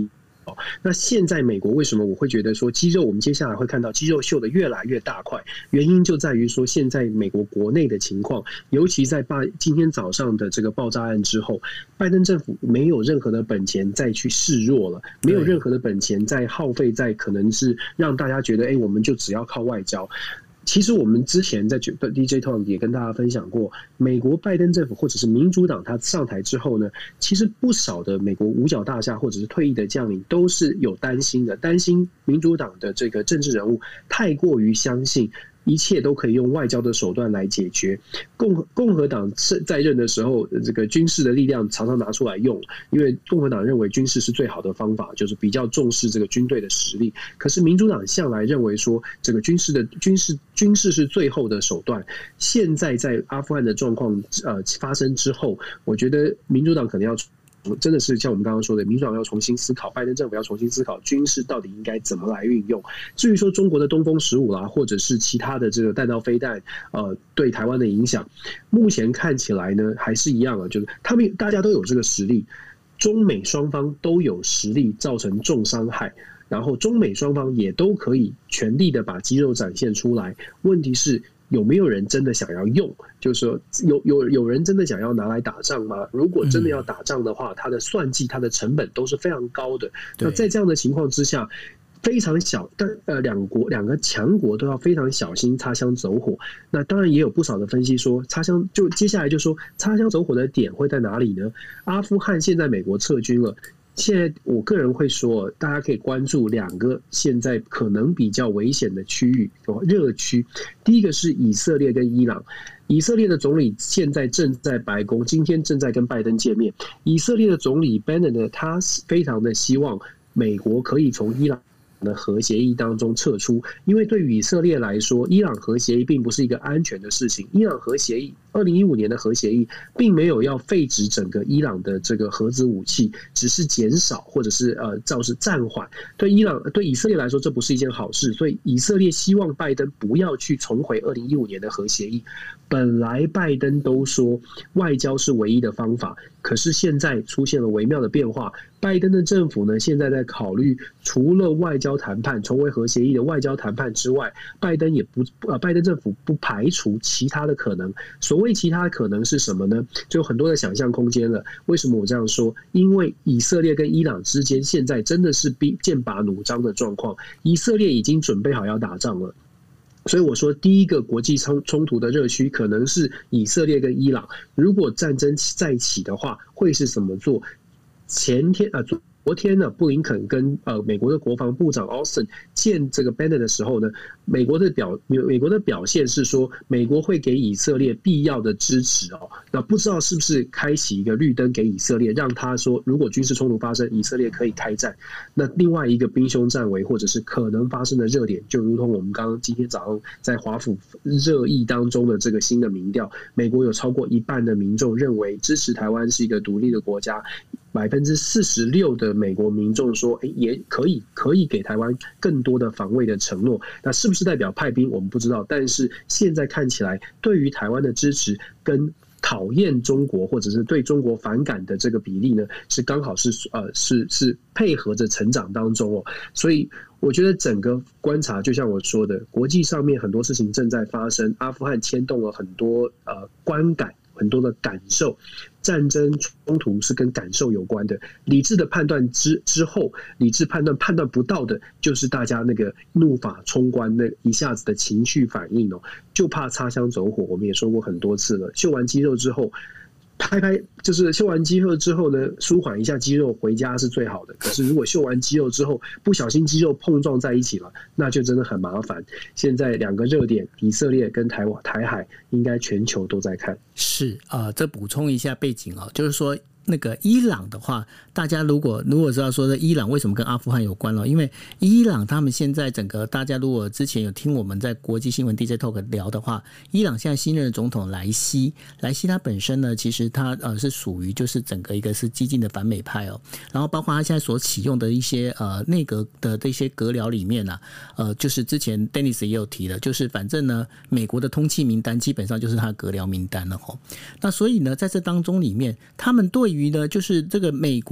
那现在美国为什么我会觉得说肌肉，我们接下来会看到肌肉秀的越来越大块？原因就在于说，现在美国国内的情况，尤其在今天早上的这个爆炸案之后，拜登政府没有任何的本钱再去示弱了，没有任何的本钱再耗费在可能是让大家觉得，哎，我们就只要靠外交。其实我们之前在 D J Talk 也跟大家分享过，美国拜登政府或者是民主党他上台之后呢，其实不少的美国五角大厦或者是退役的将领都是有担心的，担心民主党的这个政治人物太过于相信一切都可以用外交的手段来解决。共和共和党在任的时候，这个军事的力量常常拿出来用，因为共和党认为军事是最好的方法，就是比较重视这个军队的实力。可是民主党向来认为说，这个军事的军事军事是最后的手段。现在在阿富汗的状况呃发生之后，我觉得民主党可能要。真的是像我们刚刚说的，民主党要重新思考，拜登政府要重新思考军事到底应该怎么来运用。至于说中国的东风十五啦，或者是其他的这个弹道飞弹，呃，对台湾的影响，目前看起来呢还是一样的，就是他们大家都有这个实力，中美双方都有实力造成重伤害。然后中美双方也都可以全力的把肌肉展现出来。问题是有没有人真的想要用？就是说有有有人真的想要拿来打仗吗？如果真的要打仗的话，它的算计、它的成本都是非常高的。那在这样的情况之下，非常小，但呃，两国两个强国都要非常小心擦枪走火。那当然也有不少的分析说，擦枪就接下来就说擦枪走火的点会在哪里呢？阿富汗现在美国撤军了。现在我个人会说，大家可以关注两个现在可能比较危险的区域热区。第一个是以色列跟伊朗，以色列的总理现在正在白宫，今天正在跟拜登见面。以色列的总理 Bennett 呢，他非常的希望美国可以从伊朗的核协议当中撤出，因为对于以色列来说，伊朗核协议并不是一个安全的事情。伊朗核协议二零一五年的核协议并没有要废止整个伊朗的这个核子武器，只是减少或者是呃造是暂缓。对伊朗对以色列来说，这不是一件好事，所以以色列希望拜登不要去重回二零一五年的核协议。本来拜登都说外交是唯一的方法，可是现在出现了微妙的变化。拜登的政府呢，现在在考虑除了外交谈判、重回核协议的外交谈判之外，拜登也不呃，拜登政府不排除其他的可能。所谓其他的可能是什么呢？就有很多的想象空间了。为什么我这样说？因为以色列跟伊朗之间现在真的是剑拔弩张的状况，以色列已经准备好要打仗了。所以我说，第一个国际冲冲突的热区可能是以色列跟伊朗。如果战争再起的话，会是怎么做？前天啊，昨天呢，布林肯跟呃美国的国防部长 Austin 见这个 Bennett 的时候呢，美国的表美国的表现是说，美国会给以色列必要的支持哦。那不知道是不是开启一个绿灯给以色列，让他说，如果军事冲突发生，以色列可以开战。那另外一个兵凶战危或者是可能发生的热点，就如同我们刚刚今天早上在华府热议当中的这个新的民调，美国有超过一半的民众认为支持台湾是一个独立的国家。百分之四十六的美国民众说，哎，也可以可以给台湾更多的防卫的承诺。那是不是代表派兵，我们不知道。但是现在看起来，对于台湾的支持跟讨厌中国或者是对中国反感的这个比例呢，是刚好是呃是是配合着成长当中哦。所以我觉得整个观察，就像我说的，国际上面很多事情正在发生，阿富汗牵动了很多呃观感。很多的感受，战争冲突是跟感受有关的。理智的判断之之后，理智判断判断不到的，就是大家那个怒发冲冠，那一下子的情绪反应哦，就怕擦枪走火。我们也说过很多次了，秀完肌肉之后。拍拍就是秀完肌肉之后呢，舒缓一下肌肉，回家是最好的。可是如果秀完肌肉之后，不小心肌肉碰撞在一起了，那就真的很麻烦。现在两个热点，以色列跟台湾台海，应该全球都在看。 是啊、呃，这补充一下背景哦，就是说。那个伊朗的话，大家如果如果知道说伊朗为什么跟阿富汗有关了，因为伊朗他们现在整个大家如果之前有听我们在国际新闻 D J Talk 聊的话，伊朗现在新任的总统莱西，莱西他本身呢，其实他呃是属于就是整个一个是激进的反美派哦，然后包括他现在所启用的一些呃内阁的这些阁僚里面啊，呃就是之前 Dennis 也有提的，就是反正呢美国的通缉名单基本上就是他的阁僚名单了吼。那所以呢，在这当中里面，他们对于于呢，就是这个美国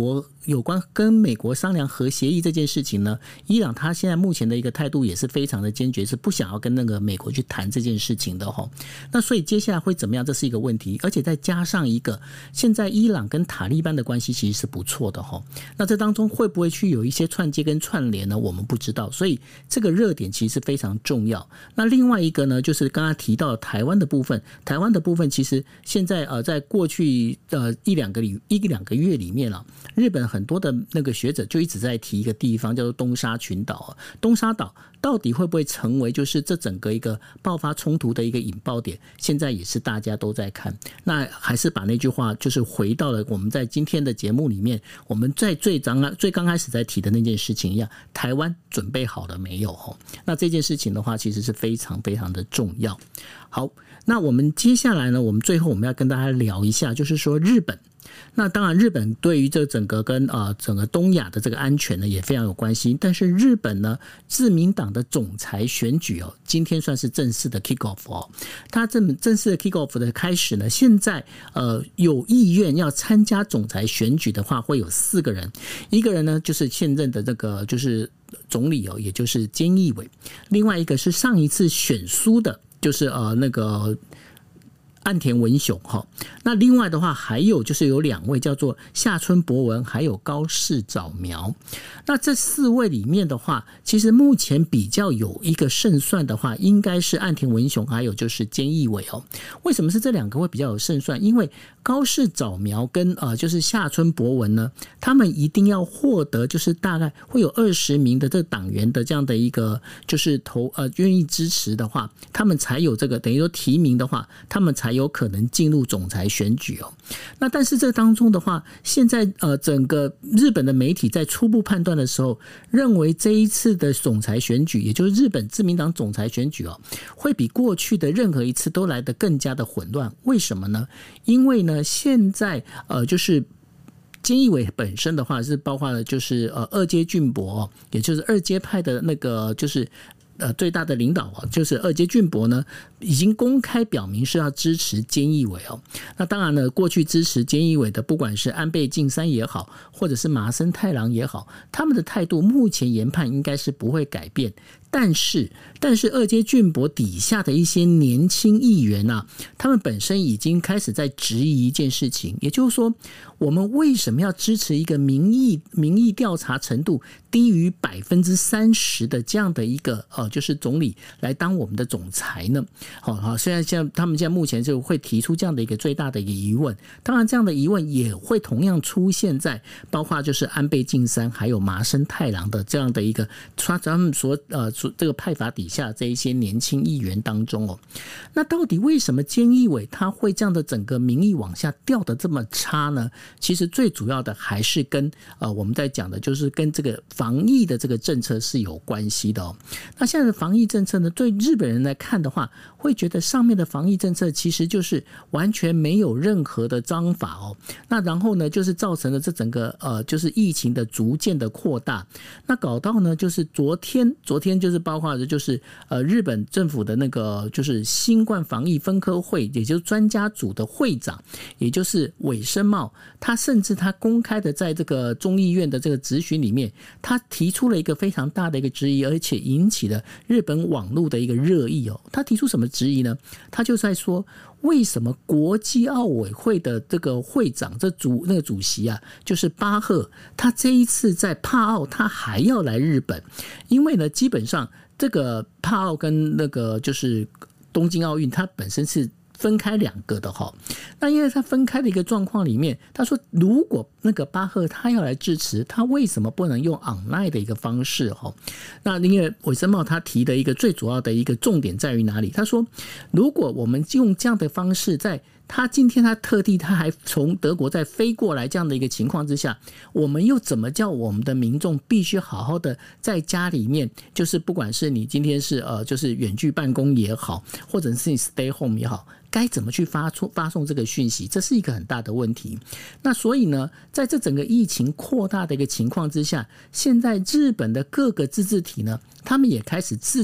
有关跟美国商量核协议这件事情呢，伊朗他现在目前的一个态度也是非常的坚决，是不想要跟那个美国去谈这件事情的齁。那所以接下来会怎么样，这是一个问题，而且再加上一个，现在伊朗跟塔利班的关系其实是不错的齁。那这当中会不会去有一些串接跟串联呢？我们不知道，所以这个热点其实非常重要。那另外一个呢，就是刚刚提到台湾的部分，台湾的部分其实现在呃，在过去呃一两个里一两个月里面啊，日本很多的那个学者就一直在提一个地方叫做东沙群岛啊，东沙岛到底会不会成为就是这整个一个爆发冲突的一个引爆点？现在也是大家都在看。那还是把那句话就是回到了我们在今天的节目里面，我们在最刚最刚开始在提的那件事情一样，台湾准备好了没有？那这件事情的话，其实是非常非常的重要。好，那我们接下来呢，我们最后我们要跟大家聊一下，就是说日本。那当然，日本对于这整个跟呃整个东亚的这个安全呢也非常有关系。但是日本呢，自民党的总裁选举哦，今天算是正式的 kick off 哦。它这正式的 kick off 的开始呢，现在呃有意愿要参加总裁选举的话，会有四个人。一个人呢就是现任的这个就是总理哦，也就是菅义伟。另外一个是上一次选输的，就是呃那个岸田文雄哈，那另外的话还有就是有两位叫做下村博文还有高市早苗。那这四位里面的话，其实目前比较有一个胜算的话，应该是岸田文雄还有就是菅义伟哦。为什么是这两个会比较有胜算？因为高市早苗跟呃就是下村博文呢，他们一定要获得就是大概会有二十名的这党员的这样的一个就是投呃愿意支持的话，他们才有这个等于说提名的话，他们才有可能进入总裁选举哦。那但是这当中的话，现在呃整个日本的媒体在初步判断的时候，认为这一次的总裁选举，也就是日本自民党总裁选举哦，会比过去的任何一次都来得更加的混乱。为什么呢？因为呢，现在呃就是菅义伟本身的话是包括了就是呃二阶俊博、哦，也就是二阶派的那个就是呃最大的领导啊，就是二阶俊博呢，已经公开表明是要支持菅义伟哦。那当然呢，过去支持菅义伟的，不管是安倍晋三也好，或者是麻生太郎也好，他们的态度目前研判应该是不会改变。但是，但是二阶俊博底下的一些年轻议员啊，他们本身已经开始在质疑一件事情，也就是说，我们为什么要支持一个民意民意调查程度低于百分之三十的这样的一个呃，就是总理来当我们的总裁呢？好、哦，好，现在现在他们现在目前就会提出这样的一个最大的一个疑问。当然，这样的疑问也会同样出现在包括就是安倍晋三还有麻生太郎的这样的一个他们所呃。这个派阀底下这一些年轻议员当中哦，那到底为什么菅义伟他会这样的整个民意往下掉的这么差呢？其实最主要的还是跟呃我们在讲的就是跟这个防疫的这个政策是有关系的哦。那现在的防疫政策呢，对日本人来看的话，会觉得上面的防疫政策其实就是完全没有任何的章法哦。那然后呢，就是造成了这整个呃就是疫情的逐渐的扩大。那搞到呢，就是昨天昨天就是。包括的就是呃日本政府的那个就是新冠防疫分科会，也就是专家组的会长，也就是尾生茂，他甚至他公开的在这个众议院的这个质询里面，他提出了一个非常大的一个质疑，而且引起了日本网络的一个热议哦。他提出什么质疑呢？他就在说，为什么国际奥委会的这个会长这主那个主席啊，就是巴赫，他这一次在帕奥他还要来日本，因为呢，基本上这个帕奥跟那个就是东京奥运，它本身是分开两个的哈。那因为他分开的一个状况里面，他说如果那个巴赫他要来支持，他为什么不能用 online 的一个方式哈？那因为尾生茂他提的一个最主要的一个重点在于哪里？他说，如果我们用这样的方式在他今天他特地他还从德国再飞过来这样的一个情况之下，我们又怎么叫我们的民众必须好好的在家里面，就是不管是你今天是呃就是远距办公也好，或者是你 stay home 也好，该怎么去发出发送这个讯息，这是一个很大的问题。那所以呢，在这整个疫情扩大的一个情况之下，现在日本的各个自治体呢，他们也开始自己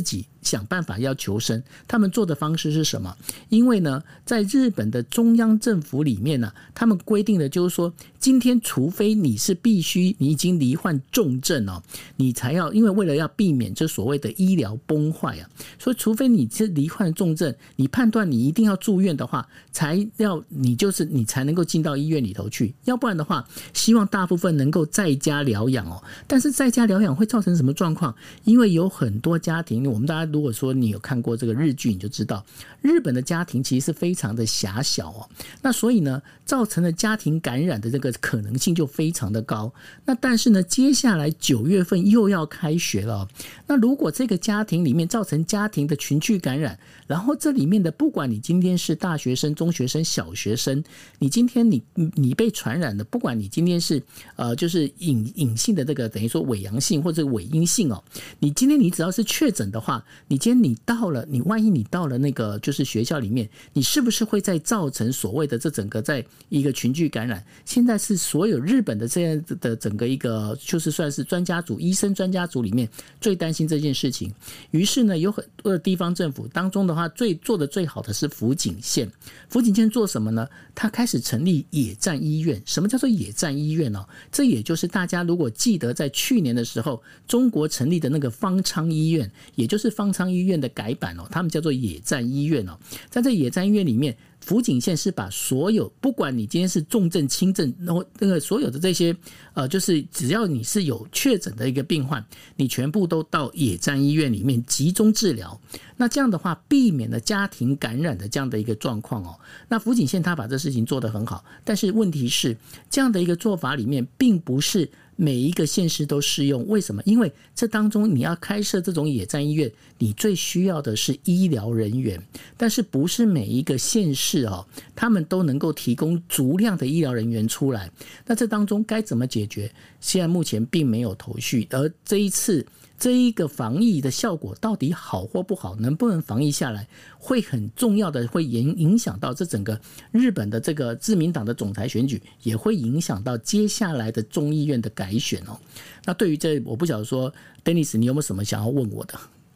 想办法要求生。他们做的方式是什么？因为呢，在日本的中央政府里面呢、啊，他们规定的就是说，今天除非你是必须你已经罹患重症哦，你才要，因为为了要避免这所谓的医疗崩坏啊，所以除非你是罹患重症，你判断你一定要住院的话，才要你就是你才能够进到医院里头去，要不然的话，希望大部分能够在家疗养哦。但是在家疗养会造成什么状况？因为有很多家庭，我们大家如果说你有看过这个日剧，你就知道日本的家庭其实是非常的狭小哦。那所以呢，造成了家庭感染的这个可能性就非常的高。那但是呢，接下来九月份又要开学了哦。那如果这个家庭里面造成家庭的群聚感染，然后这里面的不管你今天是大学生、中学生、小学生，你今天你你被传染的，不管你今天是呃就是隐隐性的这个等于说伪阳性或者伪阴性哦，你今天你只要是确诊的话，你今天你到了，你万一你到了那个就是学校里面，你是不是会再造成所谓的这整个在一个群聚感染？现在是所有日本的这样的整个一个就是算是专家组、医生专家组里面最担心这件事情。于是呢，有很多的地方政府当中的话，最做的最好的是福井县。福井县做什么呢？他开始成立野战医院。什么叫做野战医院呢？这也就是大家如果记得在去年的时候，中国成立的那个方舱医院，也就是方舱医院的改版哦，他们叫做野战医院哦。在这野战医院里面，福井县是把所有，不管你今天是重症、轻症，然后那个所有的这些，呃，就是只要你是有确诊的一个病患，你全部都到野战医院里面集中治疗。那这样的话，避免了家庭感染的这样的一个状况哦。那福井县他把这事情做得很好，但是问题是，这样的一个做法里面，并不是每一个县市都适用。为什么？因为这当中你要开设这种野战医院，你最需要的是医疗人员，但是不是每一个县市哦，他们都能够提供足量的医疗人员出来。那这当中该怎么解决？现在目前并没有头绪。而这一次这一个防疫的效果到底好或不好，能不能防疫下来，会很重要的会影响到这整个日本的这个自民党的总裁选举，也会影响到接下来的众议院的改选哦。那对于这，我不晓得说 Dennis 你有没有什么想要问我的？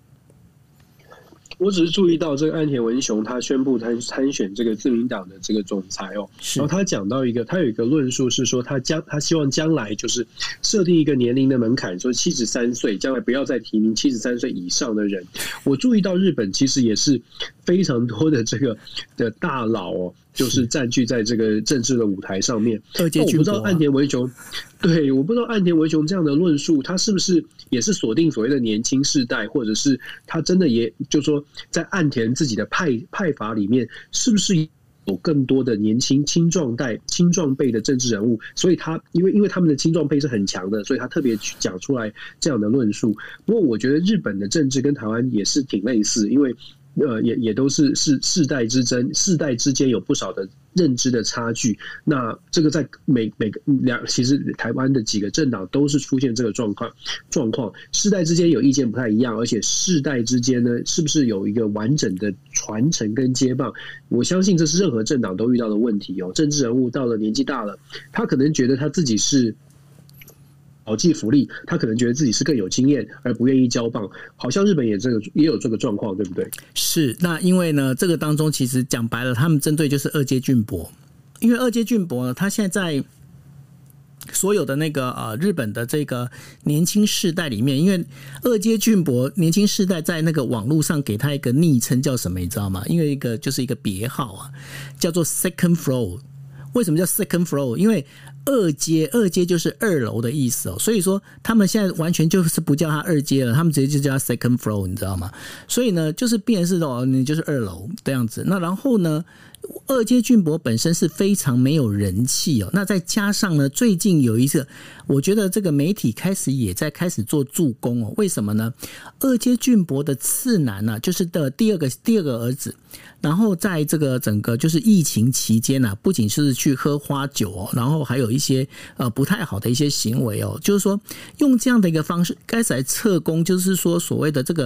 我只是注意到这个岸田文雄他宣布参参选这个自民党的这个总裁哦，然后他讲到一个，他有一个论述是说，他将他希望将来就是设定一个年龄的门槛，说七十三岁，将来不要再提名七十三岁以上的人。我注意到日本其实也是非常多的这个的大佬哦，就是占据在这个政治的舞台上面。 二阶军我不知道岸田文雄，对，我不知道岸田文雄这样的论述，他是不是也是锁定所谓的年轻世代，或者是他真的也就是说，在岸田自己的派派阀里面，是不是有更多的年轻青壮代、青壮辈的政治人物？所以他因为因为他们的青壮辈是很强的，所以他特别讲出来这样的论述。不过我觉得日本的政治跟台湾也是挺类似，因为呃也也都是是世代之争，世代之间有不少的认知的差距。那这个在每每个两，其实台湾的几个政党都是出现这个状况状况，世代之间有意见不太一样，而且世代之间呢，是不是有一个完整的传承跟接棒？我相信这是任何政党都遇到的问题哦。政治人物到了年纪大了，他可能觉得他自己是保济福利，他可能觉得自己是更有经验，而不愿意交棒。好像日本也这个也有这个状况，对不对？ 是。那因为呢，这个当中其实讲白了，他们针对就是二阶俊博，因为二阶俊博呢，他现在在所有的那个呃日本的这个年轻世代里面，因为二阶俊博年轻世代在那个网络上给他一个昵称叫什么，你知道吗？因为一个就是一个别号啊，叫做 Second Floor。为什么叫 Second Floor？ 因为二阶，二阶就是二楼的意思哦，所以说他们现在完全就是不叫他二阶了，他们直接就叫他 Second Floor， 你知道吗？所以呢，就是变成是哦，你就是二楼这样子。那然后呢，二阶俊博本身是非常没有人气哦，那再加上呢，最近有一个，我觉得这个媒体开始也在开始做助攻哦。为什么呢？二阶俊博的次男呢、啊，就是的第二个第二个儿子。然后在这个整个就是疫情期间啊，不仅是去喝花酒哦，然后还有一些呃不太好的一些行为哦，就是说用这样的一个方式开始来测功，就是说所谓的这个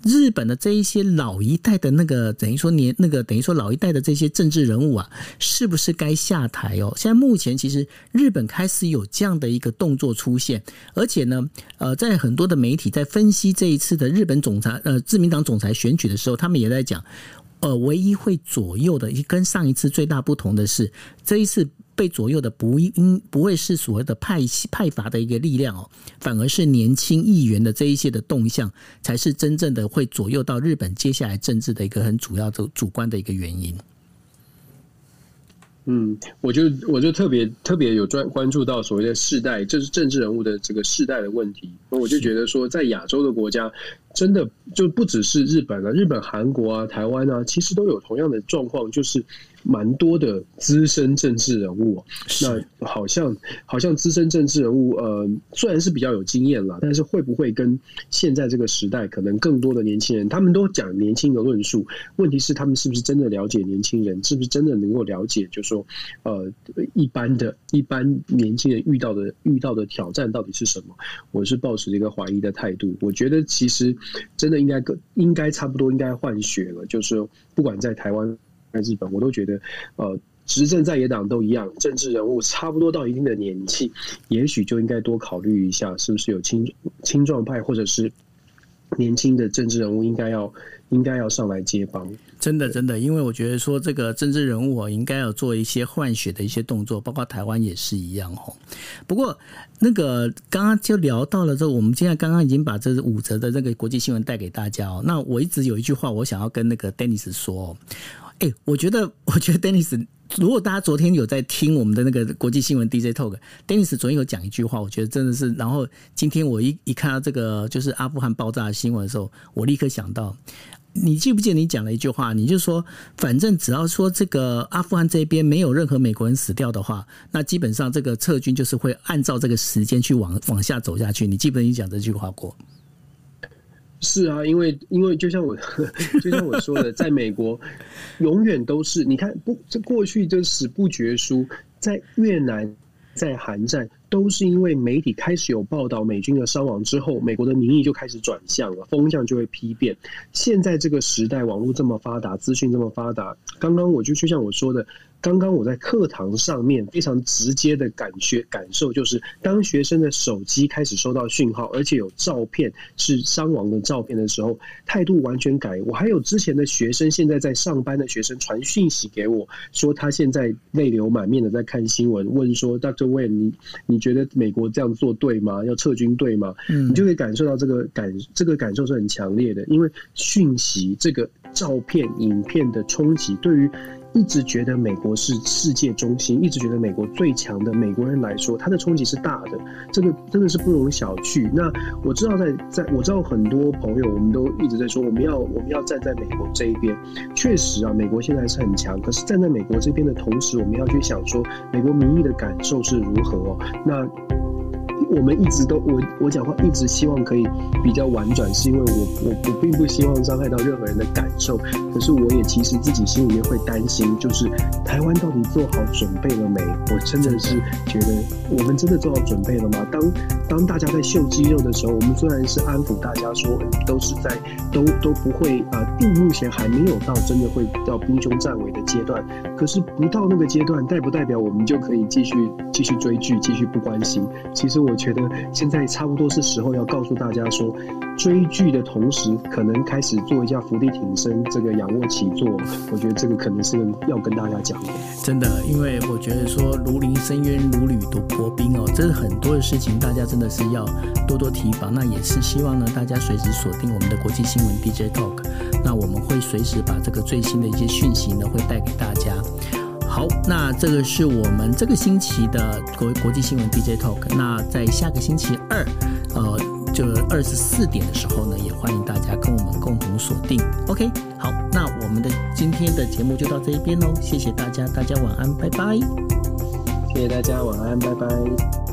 日本的这一些老一代的那个等于说年那个等于说老一代的这些政治人物啊，是不是该下台哦？现在目前其实日本开始有这样的一个动作出现，而且呢，呃，在很多的媒体在分析这一次的日本总裁呃自民党总裁选举的时候，他们也在讲，呃，唯一会左右的，跟上一次最大不同的是，这一次被左右的不应不会是所谓的派派阀的一个力量哦，反而是年轻议员的这一些的动向，才是真正的会左右到日本接下来政治的一个很主要的主观的一个原因。 嗯，我就我就特别特别有专关注到所谓的世代，就是政治人物的这个世代的问题。我就觉得说，在亚洲的国家，真的就不只是日本了，日本、韩国啊、台湾啊，其实都有同样的状况，就是蛮多的资深政治人物、哦。那好像好像资深政治人物，呃，虽然是比较有经验啦，但是会不会跟现在这个时代可能更多的年轻人，他们都讲年轻的论述，问题是他们是不是真的了解年轻人，是不是真的能够了解，就是说，呃，一般的一般年轻人遇到的遇到的挑战到底是什么？我是抱持一个怀疑的态度。我觉得其实真的应该应该差不多应该换血了，就是不管在台湾、在日本，我都觉得呃。执政在野党都一样，政治人物差不多到一定的年纪，也许就应该多考虑一下，是不是有青青壮派或者是年轻的政治人物应该要应该要上来接帮。 真的真的，因为我觉得说这个政治人物、哦、应该要做一些换血的一些动作，包括台湾也是一样、哦、不过那个刚刚就聊到了之后，我们现在刚刚已经把这五则的这个国际新闻带给大家哦。那我一直有一句话我想要跟那个 Dennis 说、哦，哎，我觉得我觉得 Dennis， 如果大家昨天有在听我们的那个国际新闻 D J Talk， Dennis 昨天有讲一句话，我觉得真的是，然后今天我一一看到这个就是阿富汗爆炸的新闻的时候，我立刻想到，你记不记得你讲了一句话，你就说反正只要说这个阿富汗这边没有任何美国人死掉的话，那基本上这个撤军就是会按照这个时间去往往下走下去。你记不记得你讲这句话过？ 是啊，因为因为就像我就像我说的，在美国永远都是你看不，这过去就史不绝书，在越南、在韩战，都是因为媒体开始有报道美军的伤亡之后，美国的民意就开始转向了，风向就会批变。现在这个时代，网络这么发达，资讯这么发达，刚刚我就就像我说的。刚刚我在课堂上面非常直接的感觉感受，就是当学生的手机开始收到讯号，而且有照片是伤亡的照片的时候，态度完全改。我还有之前的学生，现在在上班的学生传讯息给我，说他现在泪流满面的在看新闻，问说 Doctor Wayne， 你你觉得美国这样做对吗？要撤军对吗？嗯，你就可以感受到这个感这个感受是很强烈的，因为讯息这个照片、影片的冲击，对于一直觉得美国是世界中心，一直觉得美国最强的美国人来说，他的冲击是大的，这个真的是不容小觑。那我知道在在我知道很多朋友，我们都一直在说，我们要我们要站在美国这一边。确实啊，美国现在是很强，可是站在美国这边的同时，我们要去想说，美国民意的感受是如何哦。那我们一直都我我讲话一直希望可以比较婉转，是因为我我我并不希望伤害到任何人的感受，可是我也其实自己心里面会担心，就是台湾到底做好准备了没？我真的是觉得我们真的做好准备了吗？当当大家在秀肌肉的时候，我们虽然是安抚大家说、嗯、都是在都都不会啊、呃，目前还没有到真的会到兵凶战危的阶段，可是不到那个阶段，代不代表我们就可以继续继续追剧，继续不关心？其实我觉得现在差不多是时候要告诉大家说，追剧的同时，可能开始做一下伏地挺身，这个仰卧起坐。我觉得这个可能是要跟大家讲的。 真的，因为我觉得说如临深渊，如履薄冰哦，这是很多的事情，大家真的是要多多提防。那也是希望呢，大家随时锁定我们的国际新闻 D J Talk， 那我们会随时把这个最新的一些讯息呢，会带给大家。好，那这个是我们这个星期的国国际新闻 D J Talk。那在下个星期二，呃，就二十四点的时候呢，也欢迎大家跟我们共同锁定。OK， 好，那我们的今天的节目就到这一边喽，谢谢大家，大家晚安，拜拜。 谢谢大家，晚安，拜拜。